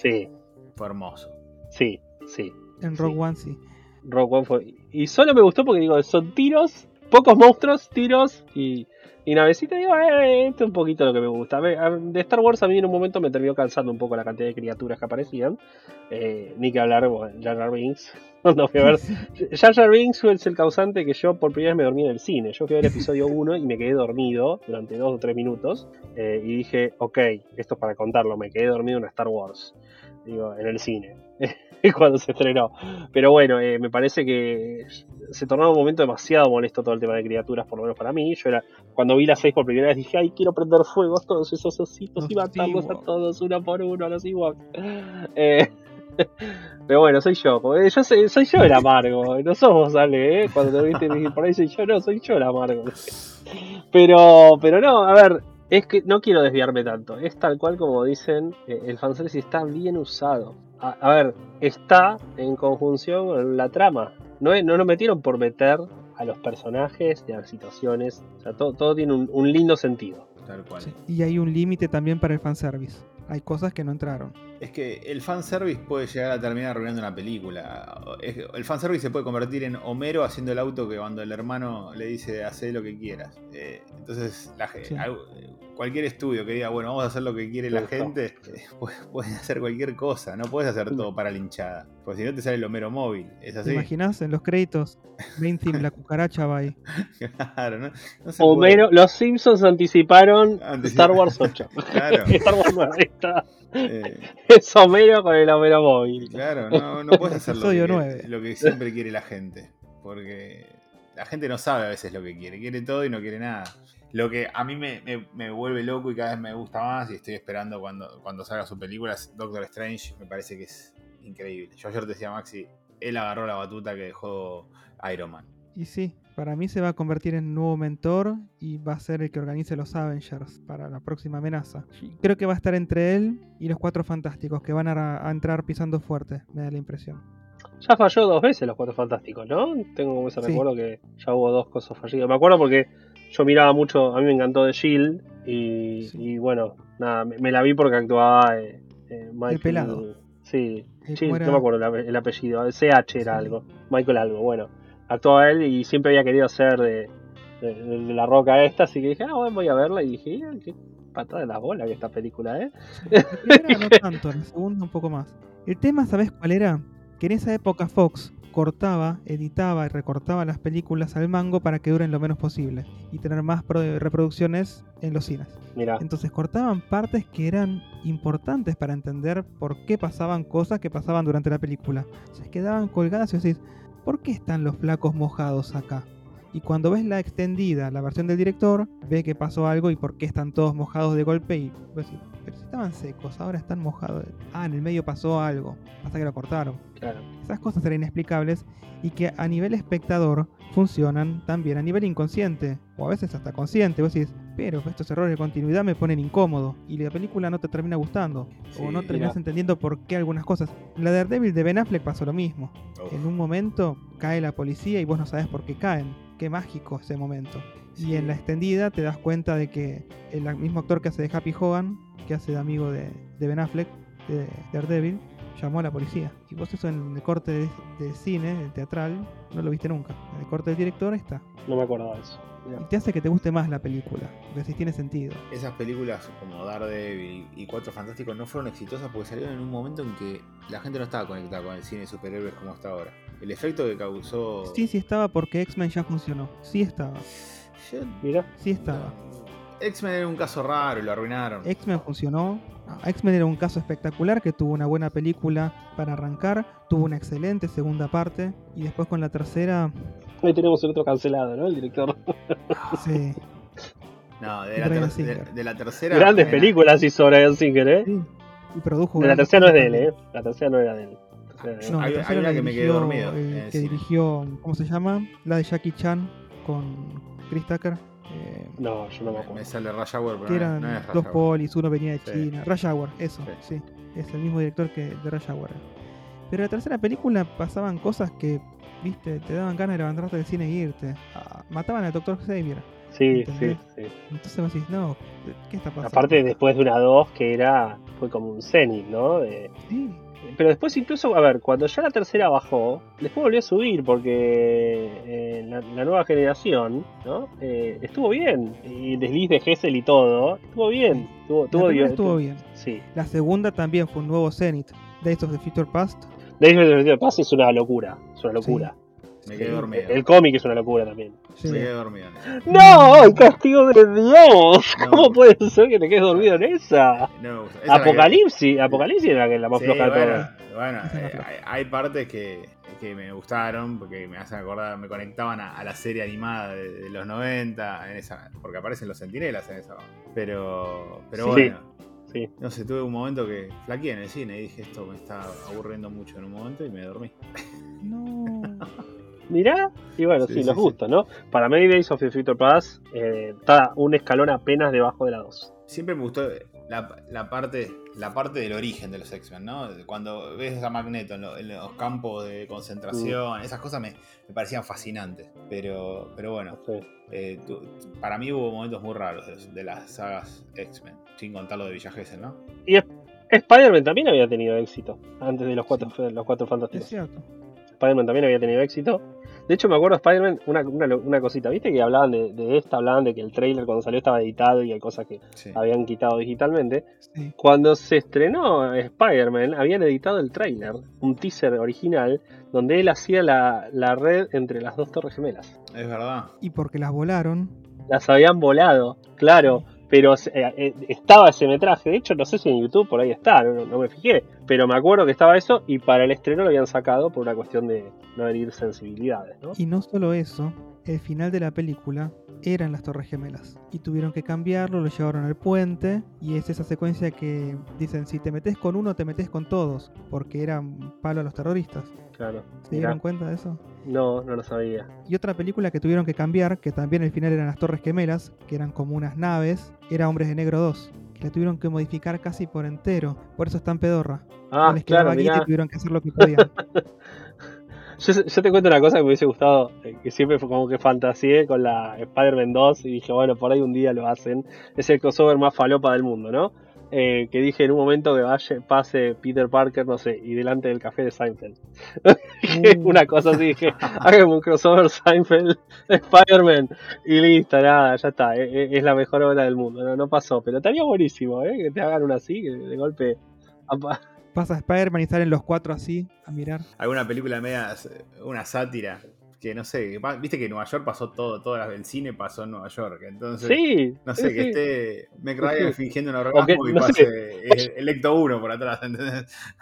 hermoso. Sí. En Rogue One sí. Rogue One fue. Y solo me gustó porque digo, son tiros, pocos monstruos, tiros y navecita. Digo, esto es un poquito lo que me gusta. De Star Wars a mí en un momento me terminó cansando un poco la cantidad de criaturas que aparecían. Ni que hablar, Jar Jar Binks. Cuando fui a ver, Jar Jar Binks fue el causante que yo por primera vez me dormí en el cine. Yo fui a ver el episodio 1 y me quedé dormido durante 2 o 3 minutos. Y dije, ok, esto es para contarlo, me quedé dormido en Star Wars. Digo, en el cine. Cuando se estrenó. Pero bueno, me parece que se tornó un momento demasiado molesto todo el tema de criaturas, por lo menos para mí. Yo cuando vi las 6 por primera vez dije, ay, quiero prender fuego a todos esos ositos y matarlos a todos uno por uno, a los Ewoks. Pero bueno, soy yo. Soy yo el amargo. No somos Ale, cuando te viste por ahí soy yo, no, soy yo el amargo. Pero no, a ver, es que no quiero desviarme tanto. Es tal cual como dicen, el fanservice está bien usado. A ver, está en conjunción con la trama. No lo metieron por meter a los personajes y a las situaciones. O sea, todo tiene un lindo sentido. Tal cual. Sí. Y hay un límite también para el fanservice. Hay cosas que no entraron. Es que el fanservice puede llegar a terminar arruinando una película. El fanservice se puede convertir en Homero haciendo el auto que cuando el hermano le dice hacé lo que quieras. Entonces cualquier estudio que diga, bueno, vamos a hacer lo que quiere la gente, puede hacer cualquier cosa. No puedes hacer todo para la hinchada. Porque si no te sale el Homero móvil. ¿Es así? ¿Te imaginas en los créditos? Mainstream, la cucaracha va ahí. Claro, no se Homero, los Simpsons anticiparon Star Wars 8. Claro. Star Wars 9 está. Es Homero con el Homero móvil. Claro, no puedes hacer lo que siempre quiere la gente. Porque la gente no sabe a veces lo que quiere. Quiere todo y no quiere nada. Lo que a mí me vuelve loco y cada vez me gusta más, y estoy esperando cuando salga su película, es Doctor Strange. Me parece que es increíble. Yo ayer te decía, Maxi, él agarró la batuta que dejó Iron Man. Y sí, para mí se va a convertir en nuevo mentor y va a ser el que organice los Avengers para la próxima amenaza. Creo que va a estar entre él y los Cuatro Fantásticos, que van a entrar pisando fuerte, me da la impresión. Ya falló 2 veces los Cuatro Fantásticos, ¿no? Tengo como ese Sí. recuerdo que ya hubo 2 cosas fallidas. Me acuerdo porque yo miraba mucho, a mí me encantó The Shield Sí. y bueno, nada, me la vi porque actuaba Michael... El pelado. Sí, ¿Cómo sí, era? no me acuerdo el apellido, CH era Sí. algo, Michael algo, bueno. Actuaba él y siempre había querido ser de la Roca esta, así que dije, bueno, voy a verla y dije, qué patada de las bolas que esta película, ¿eh? Sí. La primera no tanto, la segunda un poco más. El tema, ¿sabés cuál era? Que en esa época Fox cortaba, editaba y recortaba las películas al mango para que duren lo menos posible y tener más reproducciones en los cines. Mirá, Entonces cortaban partes que eran importantes para entender por qué pasaban cosas que pasaban durante la película. Se quedaban colgadas y decís, ¿por qué están los flacos mojados acá? Y cuando ves la extendida, la versión del director, ve que pasó algo y por qué están todos mojados de golpe y vos decís, pero si estaban secos, ahora están mojados. Ah, en el medio pasó algo, pasa que lo cortaron. claro. Esas cosas eran inexplicables y que a nivel espectador funcionan también a nivel inconsciente o a veces hasta consciente. Vos decís, pero estos errores de continuidad me ponen incómodo y la película no te termina gustando o no Sí, terminas mira. entendiendo por qué algunas cosas. En la Daredevil de Ben Affleck pasó lo mismo. Uf. En un momento cae la policía y vos no sabés por qué caen. Qué mágico ese momento. Sí. Y en la extendida te das cuenta de que el mismo actor que hace de Happy Hogan, que hace de amigo de Ben Affleck, de Daredevil, llamó a la policía. Y vos eso en el corte de cine, el teatral, no lo viste nunca. En el corte del director está. No me acordaba de eso. Y te hace que te guste más la película. Porque si tiene sentido. Esas películas como Daredevil y Cuatro Fantásticos no fueron exitosas porque salieron en un momento en que la gente no estaba conectada con el cine de superhéroes como está ahora. El efecto que causó... Sí estaba porque X-Men ya funcionó. Sí estaba. Yo- Mira, Sí estaba. X-Men era un caso raro y lo arruinaron. X-Men funcionó. X-Men era un caso espectacular que tuvo una buena película para arrancar, tuvo una excelente segunda parte y después con la tercera, hoy tenemos el otro cancelado, ¿no? El director. sí, No, de Y la, Bryan ter- Singer. de la tercera... Grandes era- películas hizo Bryan Singer, ¿eh? sí, y produjo. De la grandes tercera no es cosas de él, también. ¿eh? La tercera no era de él. La tercera era de él. No, Hay- la hay tercera una la que me quedé dirigió dormido en el el que cine. dirigió, ¿cómo se llama? La de Jackie Chan con Chris Tucker. No, yo no me Me acuerdo. sale Rush Hour, pero Que no, eran no es Rush dos Hour. polis, uno venía de Sí. China. Rush Hour, eso, Sí. sí. Es el mismo director que de Rush Hour. Pero en la tercera película pasaban cosas que, viste, te daban ganas de levantarte del cine e irte. Mataban al Dr. Xavier. Sí, ¿Entendés? sí. Entonces vos decís, no, ¿qué está pasando? Aparte, después de una 2 que fue como un cenit, ¿no? Sí, Pero después incluso, a ver, cuando ya la tercera bajó, después volvió a subir porque la nueva generación, ¿no? Estuvo bien. Y el desliz de Hessel y todo, estuvo bien. la primera estuvo bien. Sí. La segunda también fue un nuevo Zenith. Days of the Future Past. Days of the Past es una locura. Es una locura. Me quedé dormido. El cómic es una locura también. Sí. Me quedé dormido en eso. ¡No! ¡El castigo de Dios! No. ¿Cómo puede ser que te quedes dormido en esa? No me gusta. Esa es la que- Apocalipsis. Apocalipsis era la más Sí, floja de bueno, todas. bueno, Esa es la floja. hay partes que me gustaron porque me hacen acordar, me conectaban a la serie animada de los 90, en esa, porque aparecen los centinelas en esa. Pero Sí. bueno, Sí. no sé, tuve un momento que flaqueé en el cine y dije esto me está aburriendo mucho en un momento y me dormí. No. Mirá, y bueno, Sí, sí, sí, los sí. gustos, ¿no? Para mí Days of the Future Past está un escalón apenas debajo de la 2. Siempre me gustó la parte del origen de los X-Men, ¿no? Cuando ves a Magneto en los campos de concentración, esas cosas me parecían fascinantes. Pero bueno, Sí. para mí hubo momentos muy raros de las sagas X-Men, sin contar lo de Villa Gesell, ¿no? Y Spider-Man también había tenido éxito antes de los cuatro Es fantásticos. cierto. Spider-Man también había tenido éxito. De hecho, me acuerdo de Spider-Man, una cosita, ¿viste? Que hablaban hablaban de que el trailer cuando salió estaba editado y hay cosas que Sí. habían quitado digitalmente. Sí. Cuando se estrenó Spider-Man, habían editado el trailer, un teaser original, donde él hacía la red entre las dos torres gemelas. Es verdad. Y porque las volaron. Las habían volado, claro, pero estaba ese metraje. De hecho, no sé si en YouTube por ahí está, no me fijé, pero me acuerdo que estaba eso y para el estreno lo habían sacado por una cuestión de no herir sensibilidades, ¿no? Y no solo eso, el final de la película eran las Torres Gemelas. Y tuvieron que cambiarlo, lo llevaron al puente. Y es esa secuencia que dicen, si te metes con uno, te metes con todos. Porque era un palo a los terroristas. Claro. ¿Se dieron cuenta de eso? No lo sabía. Y otra película que tuvieron que cambiar, que también el final eran las Torres Gemelas, que eran como unas naves, era Hombres de Negro 2. que la tuvieron que modificar casi por entero. Por eso es tan pedorra. Ah, No les quedaba claro, guita mirá. y tuvieron que hacer lo que podían. Yo te cuento una cosa que me hubiese gustado, que siempre fue como que fantaseé con la Spider-Man 2 y dije, bueno, por ahí un día lo hacen. Es el crossover más falopa del mundo, ¿no? Que dije en un momento que pase Peter Parker, no sé, y delante del café de Seinfeld. Una cosa así, dije, hágame un crossover Seinfeld, Spider-Man, y listo, nada, ya está, es la mejor obra del mundo. No pasó, pero estaría buenísimo, que te hagan una así, que de golpe... Pasa Spider-Man y salen los 4 así a mirar. Alguna película media, una sátira, que no sé, viste que en Nueva York pasó todo el cine pasó en Nueva York, entonces, Sí, no sé, sí, que sí. esté Meg Ryan fingiendo un O que, orgasmo y no sé, pase Electo 1 por atrás, ¿entendés?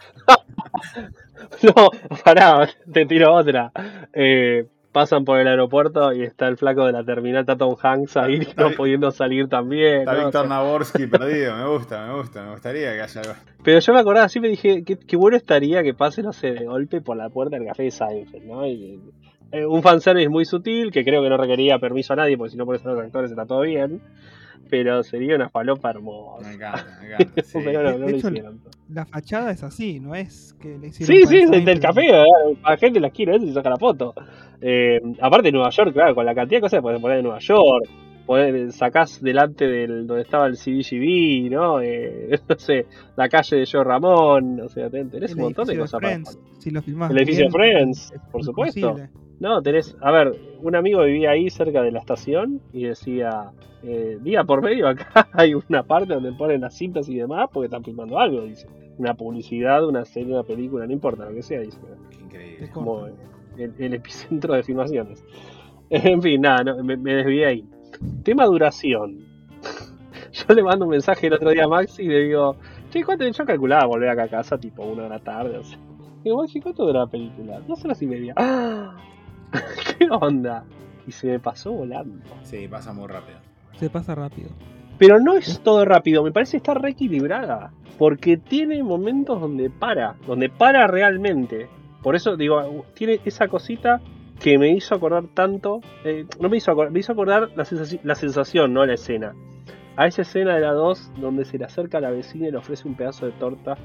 no, pará, te tiro otra. Pasan por el aeropuerto y está el flaco de la terminal, está Tom Hanks ahí Está no pudiendo salir también, Está ¿no? O Víctor sea, Naborsky perdido, me gustaría que haya algo. pero yo me acordaba, siempre dije, qué bueno estaría que pase, no sé, de golpe por la puerta del café de Seinfeld, ¿no? Y, un fanservice muy sutil, que creo que no requería permiso a nadie, porque si no pones a los actores está todo bien, pero sería una falopa hermosa. Me encanta, sí. Pero no, no De lo hecho, hicieron. la fachada es así, no es que le hicieron Sí, para sí, del Seinfeld. café, la gente en la esquina ese se saca la foto. Aparte de Nueva York, claro, con la cantidad de cosas que podés poner en Nueva York, sacás delante del donde estaba el CBGB, ¿no? No sé, la calle de Joe Ramón, o sea, tenés El un montón de edificio de cosas para Friends, poner. si lo filmás El edificio bien, de Friends, es por supuesto. imposible. No, tenés, a ver, un amigo vivía ahí cerca de la estación y decía, día por medio acá hay una parte donde ponen las cintas y demás porque están filmando algo, dice. Una publicidad, una serie, una película, no importa lo que sea, dice. Qué increíble. Es como el epicentro de filmaciones. En fin, nada, no, me desvié ahí. Tema duración. Yo le mando un mensaje el otro día a Maxi y le digo, che, ¿cuánto? Yo calculaba volver acá a casa tipo 1 de la tarde, o sea. Digo, Maxi, ¿cuánto dura la película? 2 horas y media. ¡Ah! ¿Qué onda? Y se me pasó volando. Sí, pasa muy rápido. Se pasa rápido. Pero no es todo rápido, me parece estar reequilibrada. Porque tiene momentos donde para realmente. Por eso digo, tiene esa cosita que me hizo acordar tanto. No me hizo acordar, me hizo acordar la sensación, no la escena. A esa escena de la 2 donde se le acerca a la vecina y le ofrece un pedazo de torta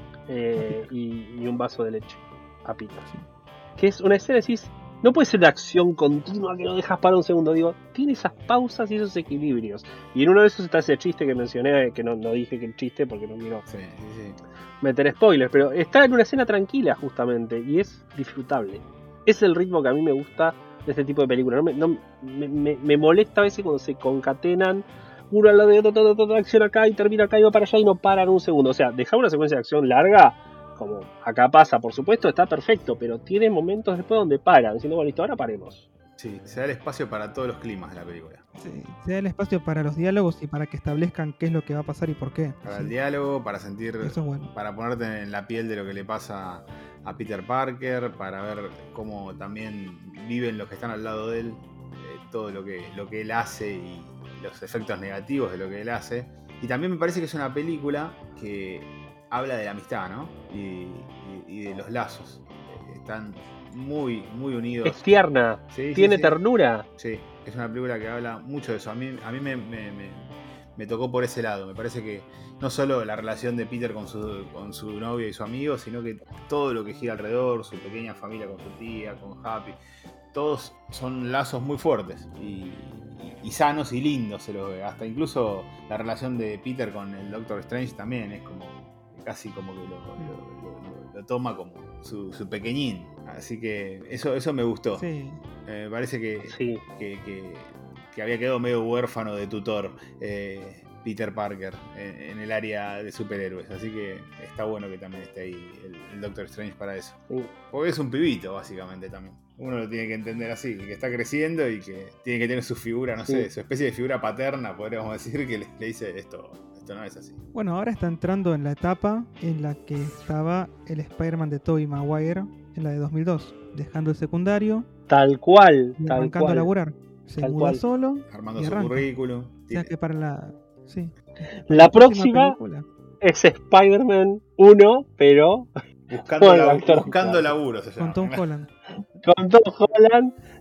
y un vaso de leche a Peter. Que es una escena, decís, no puede ser de acción continua que no dejas para un segundo. Digo, tiene esas pausas y esos equilibrios. Y en uno de esos está ese chiste que mencioné, que no dije que el chiste porque no quiero meter spoilers, pero está en una escena tranquila justamente y es disfrutable. Es el ritmo que a mí me gusta de este tipo de películas. Me molesta a veces cuando se concatenan uno al lado de otro, toda acción acá y termina acá y va para allá y no paran un segundo. O sea, dejar una secuencia de acción larga, como acá pasa, por supuesto, está perfecto, pero tiene momentos después donde paran, diciendo, bueno, listo, ahora paremos. Sí, se da el espacio para todos los climas de la película. Sí, se da el espacio para los diálogos y para que establezcan qué es lo que va a pasar y por qué. Para el diálogo, para sentir, eso es bueno. Para ponerte en la piel de lo que le pasa a Peter Parker, para ver cómo también viven los que están al lado de él, todo lo que él hace y los efectos negativos de lo que él hace. Y también me parece que es una película que habla de la amistad, ¿no? Y de los lazos. Están muy, muy unidos. Es tierna, tiene ternura. Sí, es una película que habla mucho de eso. A mí me tocó por ese lado. Me parece que no solo la relación de Peter con su novia y su amigo, sino que todo lo que gira alrededor, su pequeña familia con su tía, con Happy, todos son lazos muy fuertes y sanos y lindos. Hasta incluso la relación de Peter con el Doctor Strange también es como casi como que lo toma como su pequeñín. Así que eso me gustó. Sí. Me parece que había quedado medio huérfano de tutor Peter Parker en el área de superhéroes. Así que está bueno que también esté ahí el Doctor Strange para eso. Porque es un pibito, básicamente, también. Uno lo tiene que entender así, que está creciendo y que tiene que tener su figura, no sé, su especie de figura paterna, podríamos decir, que le dice esto no es así. Bueno, ahora está entrando en la etapa en la que estaba el Spider-Man de Tobey Maguire, en la de 2002, dejando el secundario. Tal cual, y arrancando a laburar. Se muda solo. Armando su currículum. O sea que para la... Sí. La próxima es Spider-Man 1, pero... Buscando laburo se llama. Con Tom Holland. Con Tom Holland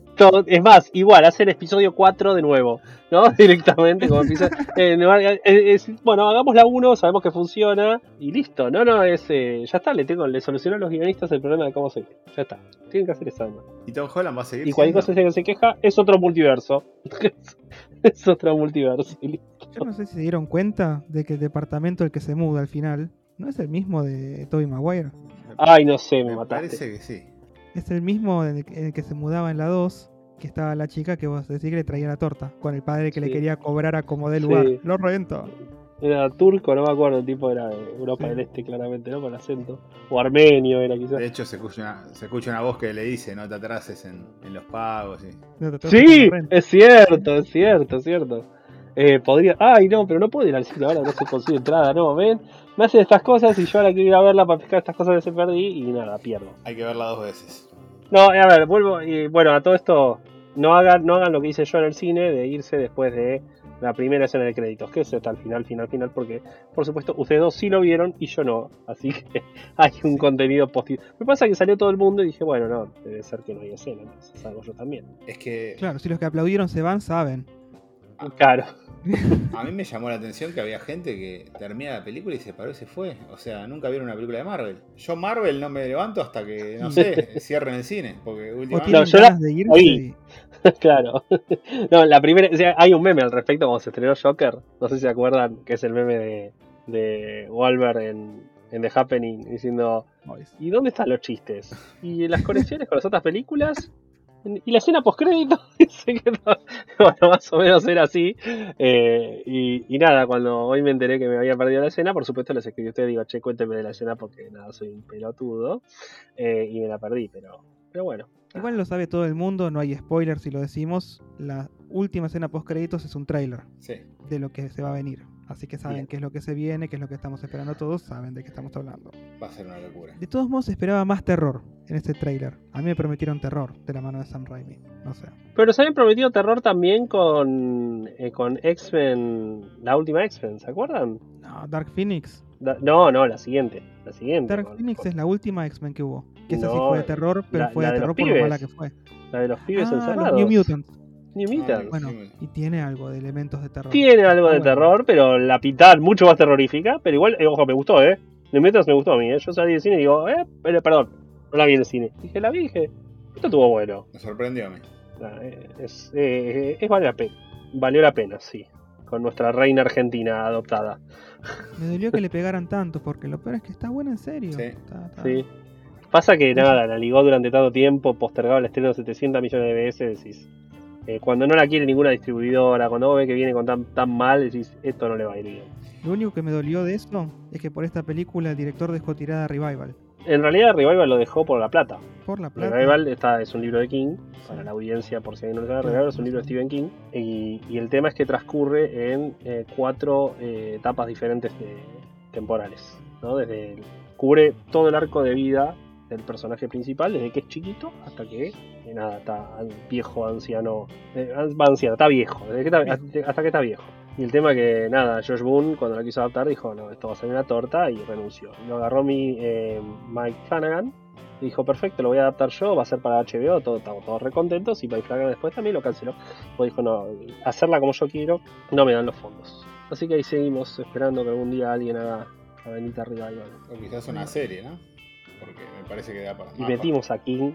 Es más, igual, hace el episodio 4 de nuevo, ¿no? Directamente como episodio. Bueno, hagamos la 1, sabemos que funciona y listo. No, ya está, le solucionó a los guionistas el problema de cómo se. Ya está, tienen que hacer eso. ¿No? Y Tom Holland va a seguir. Y cualquier cosa que se queja es otro multiverso. Es otro multiverso. Y listo. Yo no sé si se dieron cuenta de que el departamento al que se muda al final no es el mismo de Tobey Maguire. Ay, no sé, me Me mataste. parece que sí. Es el mismo en el que se mudaba en la 2, que estaba la chica que vos decís que le traía la torta, con el padre que le Sí. quería cobrar a como del lugar. Sí. Lo rento. Era turco, no me acuerdo, el tipo era de Europa Sí. del Este, claramente, ¿no? Con acento. O armenio era quizás. De hecho, se escucha una voz que le dice: no te atrases en los pagos. Y... No, te Sí, rento. es cierto. Podría. Ay, no, pero no puedo ir al cine ahora, no se consigue entrada, no, ven. Me hacen estas cosas y yo ahora quiero ir a verla para pescar estas cosas que se perdí y nada, pierdo. Hay que verla 2 veces. No, a ver, vuelvo y bueno, a todo esto, no hagan lo que hice yo en el cine de irse después de la primera escena de créditos, que es hasta el final, porque por supuesto ustedes dos sí lo vieron y yo no, así que hay un contenido positivo. Me pasa que salió todo el mundo y dije, bueno, no, debe ser que no hay escena, entonces salgo yo también. Es que Claro, si los que aplaudieron se van, saben. Claro. a mí me llamó la atención que había gente que termina la película y se paró y se fue. O sea, nunca vieron una película de Marvel. Yo Marvel no me levanto hasta que, no sé, cierren el cine. Porque O últimamente... tienen yo ganas de irse oí. y... Claro. No, la primera, o sea, hay un meme al respecto cuando se estrenó Joker, no sé si se acuerdan, que es el meme de Wolverine en The Happening diciendo, ¿y dónde están los chistes? ¿Y las conexiones con las otras películas? ¿Y la escena postcrédito? Bueno, más o menos era así. Y nada, cuando hoy me enteré que me había perdido la escena, por supuesto les escribí a ustedes, digo, che, cuéntenme de la escena porque nada, soy un pelotudo. Y me la perdí, pero bueno. Igual lo sabe todo el mundo, no hay spoilers si lo decimos. La última escena post créditos es un tráiler Sí. de lo que se va a venir. Así que saben Bien. qué es lo que se viene, qué es lo que estamos esperando todos, saben de qué estamos hablando. Va a ser una locura. De todos modos esperaba más terror en este tráiler. A mí me prometieron terror de la mano de Sam Raimi. No sé. Pero nos habían prometido terror también con X-Men, la última X-Men, ¿se acuerdan? No, Dark Phoenix. No, la siguiente. Dark con- Phoenix es la última X-Men que hubo. Que esa sí No, fue de terror, pero la fue de de terror los por lo pibes. mala que fue. La de los pibes Los encerrados. New Mutants. New Mutants. Bueno, y tiene algo de elementos de terror. Tiene algo Está de bueno. terror, pero la pintada mucho más terrorífica. Pero igual, ojo, me gustó, New Mutants me gustó a mí, Yo salí del cine y digo, pero perdón, no la vi en el cine. La vi y dije, esto estuvo bueno. Me sorprendió a mí. Vale la pena. Valió la pena, sí. Con nuestra reina argentina adoptada. Me dolió que le pegaran tanto, porque lo peor es que está buena en serio. Sí. Está- Sí. Pasa que nada, la ligó durante tanto tiempo, postergado el estreno de 700 millones de veces, decís. Cuando no la quiere ninguna distribuidora, cuando vos ves que viene con tan mal, decís, esto no le va a ir bien. Lo único que me dolió de eso es que por esta película el director dejó tirada Revival. En realidad Revival lo dejó por la plata. Por la plata. Revival es un libro de King, para la audiencia, por si alguien no lo sabe, Revival es un libro de Stephen King, y el tema es que transcurre en 4 etapas diferentes temporales, ¿no? Cubre todo el arco de vida del personaje principal, desde que es chiquito hasta que nada, está viejo, anciano, está viejo, hasta que está viejo. Y el tema que nada, Josh Boone cuando la quiso adaptar dijo, no, esto va a ser una torta, y renunció. Lo agarró Mike Flanagan y dijo, perfecto, lo voy a adaptar yo, va a ser para HBO, estamos todos recontentos, y Mike Flanagan después también lo canceló. Pues dijo, no, hacerla como yo quiero, no me dan los fondos. Así que ahí seguimos esperando que algún día alguien haga la bendita Revival. O quizás una serie, ¿no? Porque me parece que da para Y más. metimos a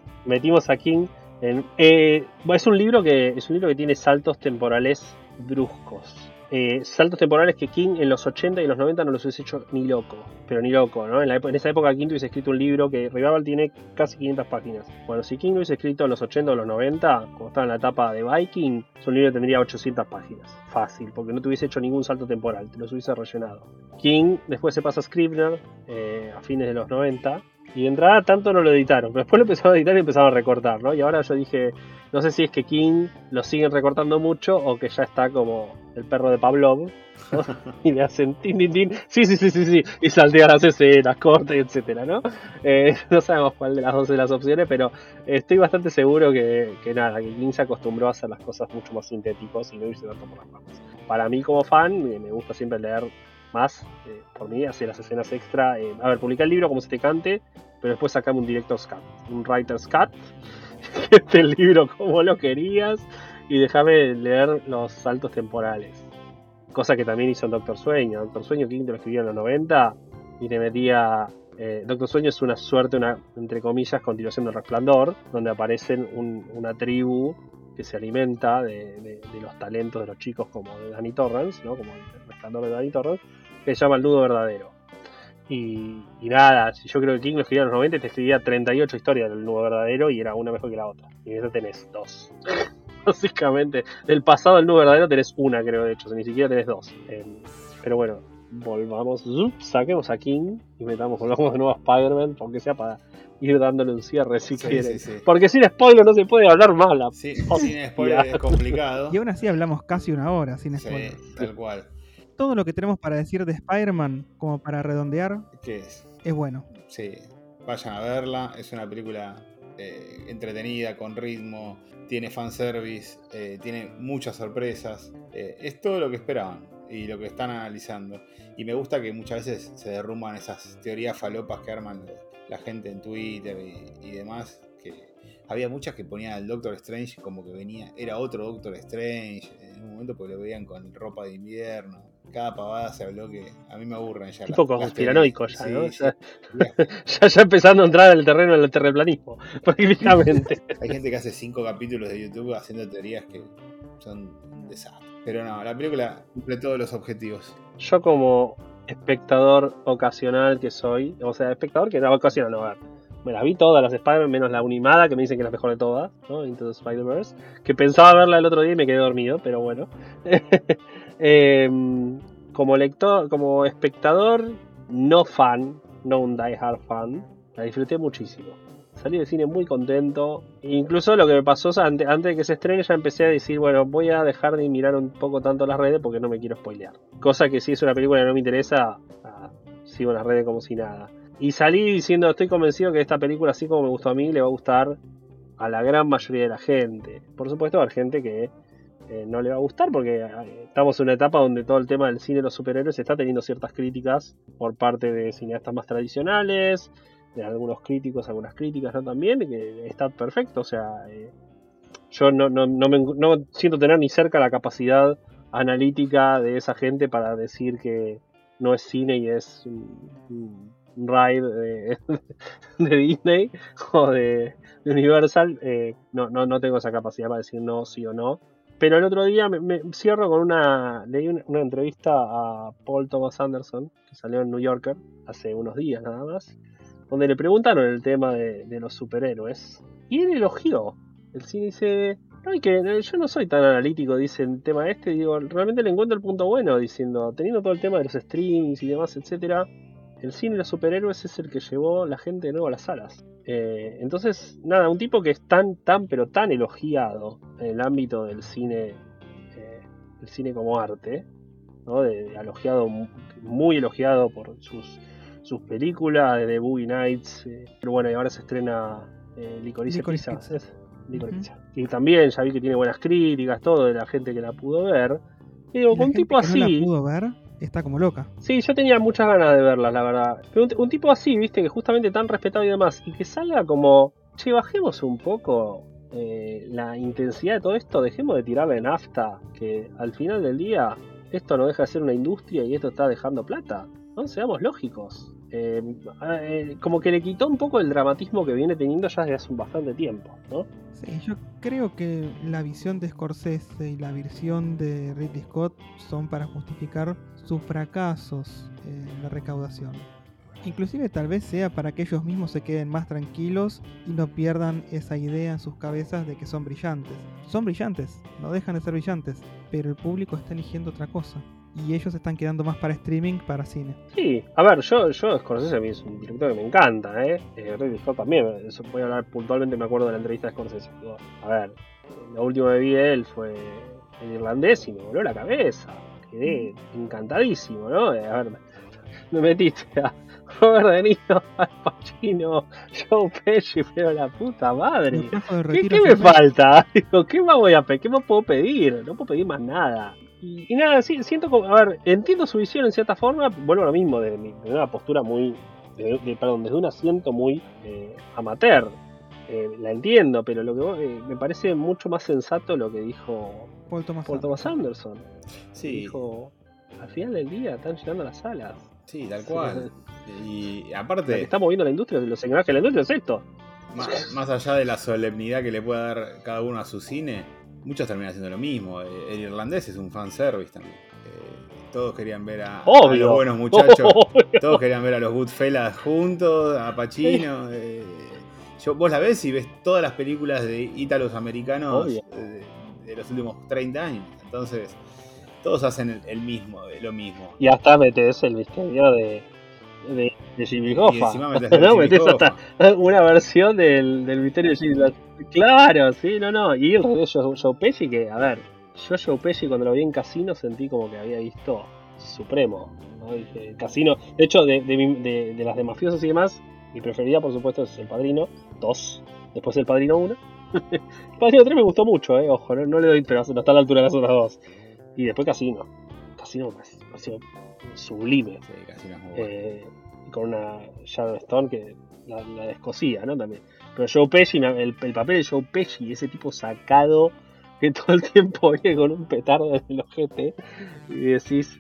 King en, es un libro que tiene saltos temporales bruscos. Saltos temporales que King en los 80 y los 90 no los hubiese hecho ni loco, ¿no? En esa época King hubiese escrito un libro que Revival tiene casi 500 páginas. Bueno, si King hubiese escrito en los 80 o los 90, como estaba en la etapa de Viking, es un libro que tendría 800 páginas. Fácil, porque no te hubiese hecho ningún salto temporal, te los hubiese rellenado. King después se pasa a Scribner a fines de los 90. Y de entrada tanto no lo editaron, pero después lo empezaron a editar y empezaron a recortar, ¿no? Y ahora yo dije, no sé si es que King lo siguen recortando mucho o que ya está como el perro de Pavlov, ¿no? Y le hacen tin, tin, tin, sí, y saltean las escenas, cortes, etcétera, ¿no? No sabemos cuál de las dos de las opciones, pero estoy bastante seguro que King se acostumbró a hacer las cosas mucho más sintéticos y no irse tanto por las ramas. Para mí como fan, me gusta siempre leer más, por mí, hacer las escenas extra. Publicar el libro como se te cante, pero después sacame un director's cut, un writer's cut, este libro como lo querías y déjame leer los saltos temporales. Cosa que también hizo en Doctor Sueño. Doctor Sueño, King te lo escribió en los 90 y te metía... Doctor Sueño es una suerte, una entre comillas, continuación del Resplandor, donde aparecen una tribu que se alimenta de los talentos de los chicos como de Danny Torrance, ¿no? Como el Resplandor de Danny Torrance, que se llama El Nudo Verdadero. Y nada, si yo creo que King lo escribía en los 90 y te escribía 38 historias del Nudo Verdadero y era una mejor que la otra. Y en esta tenés 2. Básicamente, del pasado del Nudo Verdadero tenés una, creo, de hecho, o sea, ni siquiera tenés 2. Pero bueno, volvamos, saquemos a King y volvamos de nuevo a Spider-Man, aunque sea para ir dándole un cierre si quieren. Sí. Porque sin spoiler no se puede hablar mal. Sí, sin spoiler es complicado. Y aún así hablamos casi una hora sin spoiler. Sí, tal cual. Todo lo que tenemos para decir de Spider-Man, como para redondear, ¿qué es? Es bueno. Sí, vayan a verla, es una película entretenida, con ritmo, tiene fanservice, tiene muchas sorpresas, es todo lo que esperaban y lo que están analizando. Y me gusta que muchas veces se derrumban esas teorías falopas que arman la gente en Twitter y demás, que había muchas que ponían al Doctor Strange como que era otro Doctor Strange en un momento porque lo veían con ropa de invierno. Cada pavada se habló que a mí me aburren ya. Tipo conspiranoico ya, sí, ¿no? Sí. Ya empezando a entrar en el terreno del terraplanismo, prácticamente. Hay gente que hace 5 capítulos de YouTube haciendo teorías que son un desastre. Pero no, la película cumple todos los objetivos. Yo como espectador ocasional que soy, o sea, espectador que no ocasional, no, a ver. Me las vi todas las Spider-Man, menos la unimada, que me dicen que es la mejor de todas, ¿no? Into the Spider-Verse. Que pensaba verla el otro día y me quedé dormido, pero bueno. Como lector, como espectador, no fan, no un die hard fan, la disfruté muchísimo. Salí del cine muy contento. Incluso lo que me pasó antes de que se estrene, ya empecé a decir, bueno, voy a dejar de mirar un poco tanto las redes porque no me quiero spoilear. Cosa que si es una película que no me interesa, sigo en las redes como si nada. Y salí diciendo, estoy convencido que esta película, así como me gustó a mí, le va a gustar a la gran mayoría de la gente. Por supuesto, va a haber gente que no le va a gustar porque estamos en una etapa donde todo el tema del cine de los superhéroes está teniendo ciertas críticas por parte de cineastas más tradicionales, de algunos críticos, algunas críticas, ¿no? También, que está perfecto. O sea, yo no siento tener ni cerca la capacidad analítica de esa gente para decir que no es cine y es un ride de Disney o de Universal. No tengo esa capacidad para decir no, sí o no. Pero el otro día me cierro con leí una entrevista a Paul Thomas Anderson, que salió en New Yorker hace unos días nada más, donde le preguntaron el tema de los superhéroes. Y él elogió el cine, dice, no, y que yo no soy tan analítico, dice el tema digo, realmente le encuentro el punto bueno, diciendo, teniendo todo el tema de los streamings y demás, etcétera, el cine de los superhéroes es el que llevó la gente de nuevo a las salas. Entonces, nada, un tipo que es tan elogiado en el ámbito del cine como arte, ¿no? Elogiado, muy elogiado por sus películas, desde Boogie Nights, pero bueno, y ahora se estrena Licorice Pizza. Licorice Pizza. Y también ya vi que tiene buenas críticas, todo de la gente que la pudo ver. Y digo, con un tipo así. No la pudo ver, está como loca. Sí, yo tenía muchas ganas de verlas, la verdad. Pero un tipo así, viste, que justamente tan respetado y demás, y que salga como, che, bajemos un poco la intensidad de todo esto, dejemos de tirarle nafta, que al final del día esto no deja de ser una industria y esto está dejando plata, ¿no? Seamos lógicos. Como que le quitó un poco el dramatismo que viene teniendo ya desde hace bastante tiempo, ¿no? Sí, yo creo que la visión de Scorsese y la visión de Ridley Scott son para justificar sus fracasos en la recaudación. Inclusive tal vez sea para que ellos mismos se queden más tranquilos y no pierdan esa idea en sus cabezas de que son brillantes. Son brillantes, no dejan de ser brillantes, pero el público está eligiendo otra cosa. Y ellos están quedando más para streaming, para cine. Sí, a ver, yo Scorsese a mí es un director que me encanta, Ridley Scott también, eso voy a hablar puntualmente, me acuerdo de la entrevista de Scorsese. Digo, a ver, lo último que vi de él fue El Irlandés y me voló la cabeza. Quedé encantadísimo, ¿no? A ver, me metiste a Robert De Niro, Al Pacino, Joe Pesci, pero la puta madre. ¿Qué me falta? Digo, ¿qué más puedo pedir? No puedo pedir más nada. Y nada, sí, siento como, a ver, entiendo su visión en cierta forma, vuelvo a lo mismo, de una postura muy, desde un asiento muy amateur. la entiendo, pero lo que me parece mucho más sensato lo que dijo Paul Thomas Anderson. Sí. Dijo, al final del día están llenando las salas. Sí, tal cual. Y Lo que aparte, está moviendo la industria, los engranajes de la industria es esto. más allá de la solemnidad que le pueda dar cada uno a su cine, muchos terminan haciendo lo mismo. El irlandés es un fanservice también. Todos querían ver a los buenos muchachos. Obvio. Todos querían ver a los Goodfellas juntos, a Pacino. Vos la ves y ves todas las películas de ítalos americanos de los últimos 30 años. Entonces, todos hacen lo mismo. Y hasta metes el misterio de Jimmy Hoffa. Y encima metes hasta una versión del misterio de Jimmy Hoffa. Claro, sí, no. Y el regreso de Joe Pesci, que, a ver, yo Joe Pesci cuando lo vi en Casino sentí como que había visto Supremo, ¿no? Dije, Casino, de hecho, de las de mafiosos y demás, mi preferida, por supuesto, es El Padrino 2, después El Padrino 1. El Padrino 3 me gustó mucho, ojo, no le doy, pero no está a la altura de las otras dos. Y después Casino me pareció sublime. Sí, Casino es muy bueno. Con una Sharon Stone que la descosía, ¿no? También. Pero Joe Pesci, el papel de Joe Pesci, ese tipo sacado que todo el tiempo viene con un petardo en el ojete y decís,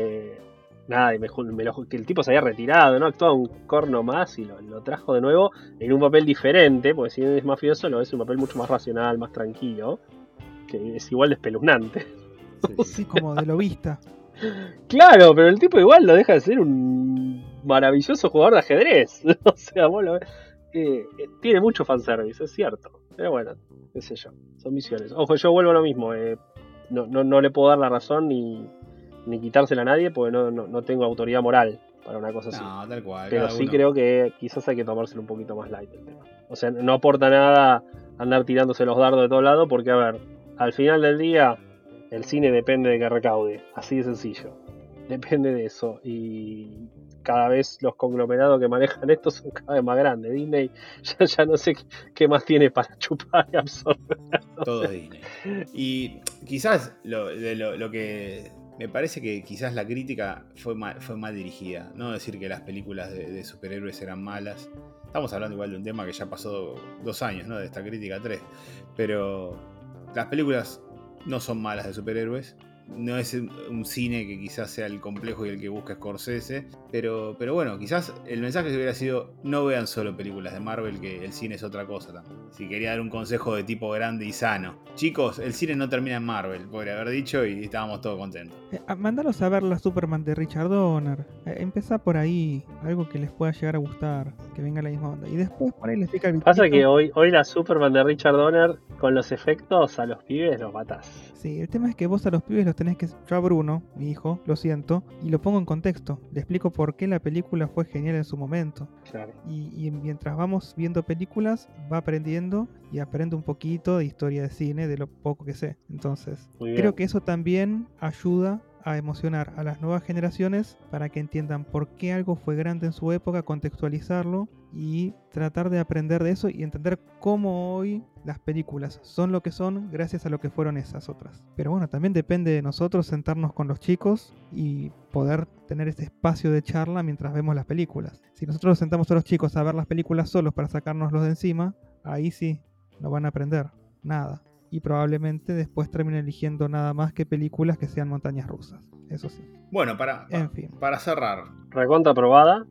nada, que el tipo se había retirado, ¿no? Actuaba un corno más y lo trajo de nuevo en un papel diferente, porque si es mafioso lo es un papel mucho más racional, más tranquilo, que es igual de espeluznante. Sí, como de lobista. Claro, pero el tipo igual lo deja de ser un maravilloso jugador de ajedrez. O sea, vos lo ves. Tiene mucho fanservice, es cierto. Pero bueno, qué sé yo. Son misiones. Ojo, yo vuelvo a lo mismo. No le puedo dar la razón ni quitársela a nadie porque no tengo autoridad moral para una cosa así. No, tal cual. Pero sí creo que quizás hay que tomárselo un poquito más light el tema. O sea, no aporta nada andar tirándose los dardos de todos lados porque, a ver, al final del día el cine depende de que recaude, así de sencillo. Depende de eso. Y cada vez los conglomerados que manejan esto son cada vez más grandes. Disney ya no sé qué más tiene para chupar y absorber. Todo Disney. Y quizás lo que me parece que quizás la crítica fue mal dirigida. No decir que las películas de superhéroes eran malas. Estamos hablando igual de un tema que ya pasó 2 años, ¿no? De esta crítica 3. Pero las películas no son malas de superhéroes. No es un cine que quizás sea el complejo y el que busca Scorsese, pero bueno, quizás el mensaje hubiera sido: no vean solo películas de Marvel, que el cine es otra cosa también. Si quería dar un consejo de tipo grande y sano: chicos, el cine no termina en Marvel, podría haber dicho, y estábamos todos contentos. Mándalos a ver la Superman de Richard Donner. Empezá por ahí, algo que les pueda llegar a gustar, que venga la misma onda. Y después por ahí les pica el bichito. Pasa que hoy la Superman de Richard Donner, con los efectos, a los pibes los matás. Sí, el tema es que vos a los pibes los tenés que... Yo a Bruno, mi hijo, lo siento, y lo pongo en contexto. Le explico por qué la película fue genial en su momento. Claro. Y mientras vamos viendo películas, va aprendiendo y aprende un poquito de historia de cine, de lo poco que sé. Entonces, creo que eso también ayuda a emocionar a las nuevas generaciones para que entiendan por qué algo fue grande en su época, contextualizarlo y tratar de aprender de eso y entender cómo hoy las películas son lo que son gracias a lo que fueron esas otras. Pero bueno, también depende de nosotros sentarnos con los chicos y poder tener ese espacio de charla mientras vemos las películas. Si nosotros sentamos a los chicos a ver las películas solos para sacárnoslos de encima, ahí sí, no van a aprender nada. Y probablemente después terminen eligiendo nada más que películas que sean montañas rusas. Eso sí. Bueno, para cerrar. Recontra aprobada.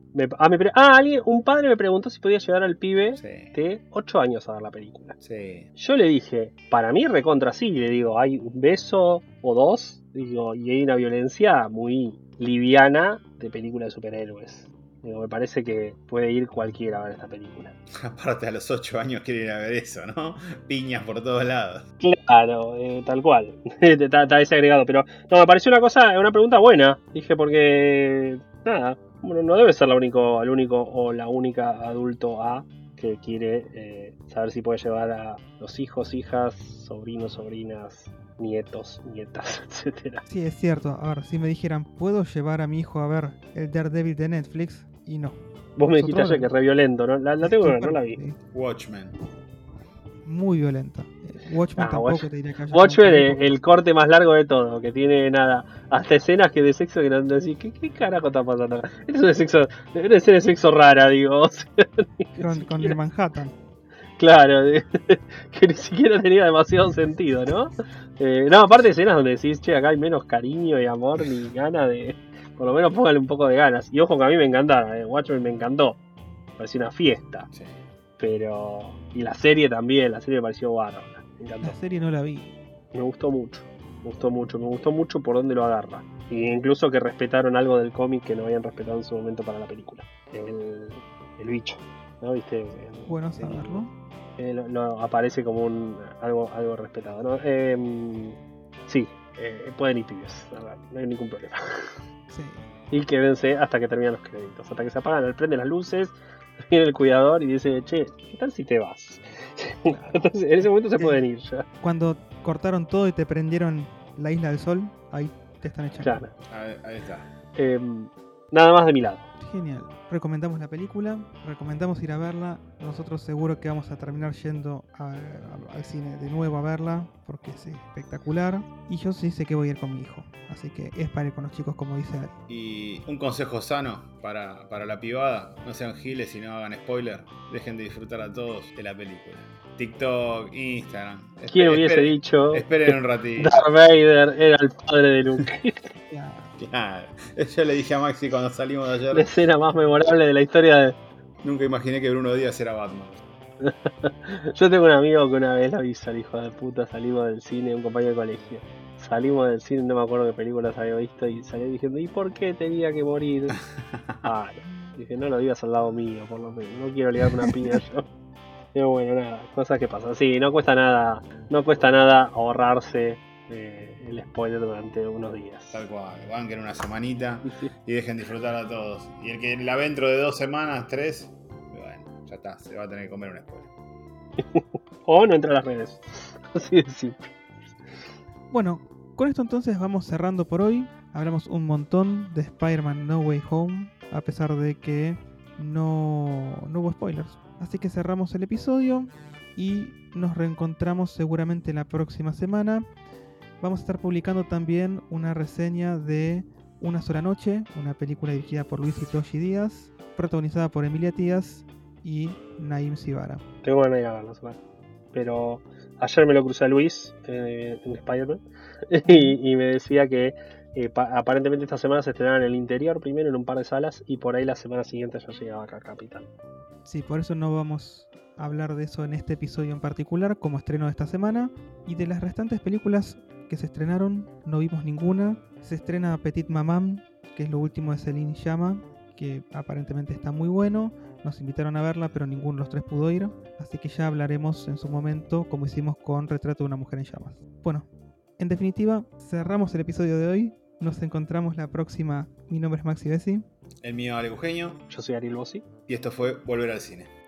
Un padre me preguntó si podía llevar al pibe de 8 años a ver la película. Sí. Yo le dije, para mí recontra sí. Le digo, hay un beso o dos. Digo, y hay una violencia muy liviana de película de superhéroes. Digo, me parece que puede ir cualquiera a ver esta película. Aparte, a los 8 años quieren ir a ver eso, ¿no? Piñas por todos lados. Claro, tal cual. Está desagregado. Pero no, me pareció una pregunta buena. Dije, porque nada, no debe ser el único o la única adulto que quiere saber si puede llevar a los hijos, hijas, sobrinos, sobrinas, nietos, nietas, etcétera. Sí, es cierto. A ver, si me dijeran, ¿puedo llevar a mi hijo a ver el Daredevil de Netflix? Y no. Vos me dijiste ayer que es re violento, ¿no? La tengo que ver, no la vi. Sí. Watchmen. Muy violenta. Watchmen tampoco te diría que haya... Watchmen el corte más largo de todo, que tiene nada, hasta escenas que de sexo que no decís, ¿qué carajo está pasando acá? Esto es de sexo, debe ser de sexo rara, digo. O sea, con el Manhattan. Claro, que ni siquiera tenía demasiado sentido, ¿no? No, aparte de escenas donde decís, che, acá hay menos cariño y amor ni ganas de... Por lo menos póngale un poco de ganas. Y ojo que a mí me encanta, Watchmen me encantó. Pareció una fiesta. Sí. Pero... Y la serie también, la serie me pareció bárbara. Me encantó. La serie no la vi. Me gustó mucho. Me gustó mucho por dónde lo agarra. Y incluso que respetaron algo del cómic que no habían respetado en su momento para la película. El bicho, ¿no? ¿Viste? Bueno saberlo. Lo aparece como algo respetado, ¿no? Sí, pueden ir pibes, la verdad, no hay ningún problema. Sí. Y quédense hasta que terminan los créditos, hasta que se apagan, prenden las luces, viene el cuidador y dice, che, ¿qué tal si te vas? Claro. Entonces, en ese momento se Sí. pueden ir ya. Cuando cortaron todo y te prendieron la Isla del Sol, ahí te están echando. Claro. Ahí está. Nada más de mi lado. Genial. Recomendamos la película, recomendamos ir a verla. Nosotros seguro que vamos a terminar yendo al cine de nuevo a verla, porque es espectacular. Y yo sí sé que voy a ir con mi hijo, así que es para ir con los chicos, como dice él. Y un consejo sano para la pibada: no sean giles y no hagan spoiler. Dejen de disfrutar a todos de la película. TikTok, Instagram. ¿Quién hubiese dicho Esperen un ratito. Darth Vader era el padre de Luke? Claro. Yo le dije a Maxi cuando salimos de La ayer, escena más memorable de la historia de... nunca imaginé que Bruno Díaz era Batman. Yo tengo un amigo que una vez lo hizo, el hijo de puta, salimos del cine, un compañero de colegio. Salimos del cine, no me acuerdo qué películas había visto, y salió diciendo, ¿y por qué tenía que morir? Dije, no lo digas al lado mío, por lo menos, no quiero liarme una piña yo. Pero bueno, nada, cosas que pasan. Sí, no cuesta nada ahorrarse el spoiler durante unos días. Tal cual, banquen una semanita Sí. y dejen disfrutar a todos. Y el que la ve dentro de 2 semanas, 3, bueno, ya está, se va a tener que comer un spoiler. O no entra a las redes. Así de simple. Bueno, con esto entonces vamos cerrando por hoy. Hablamos un montón de Spider-Man No Way Home, a pesar de que no hubo spoilers. Así que cerramos el episodio y nos reencontramos seguramente la próxima semana. Vamos a estar publicando también una reseña de Una sola noche, una película dirigida por Luis Itoshi Díaz, protagonizada por Emilia Tíaz y Naim Sibara. Tengo ganas de ir a verlo, ¿sabes? Pero ayer me lo crucé a Luis en Spider-Man y me decía que aparentemente esta semana se estrenaron en el interior primero en un par de salas y por ahí la semana siguiente ya llegaba acá a Capital. Sí, por eso no vamos a hablar de eso en este episodio en particular como estreno de esta semana. Y de las restantes películas que se estrenaron, no vimos ninguna. Se estrena Petite Maman, que es lo último de Céline Sciamma, que aparentemente está muy bueno. Nos invitaron a verla, pero ninguno de los tres pudo ir. Así que ya hablaremos en su momento, como hicimos con Retrato de una mujer en llamas. Bueno, en definitiva, cerramos el episodio de hoy. Nos encontramos la próxima. Mi nombre es Maxi Bessi. El mío, Ale Eugenio, Yo soy Ariel Bossi. y esto fue Volver al Cine.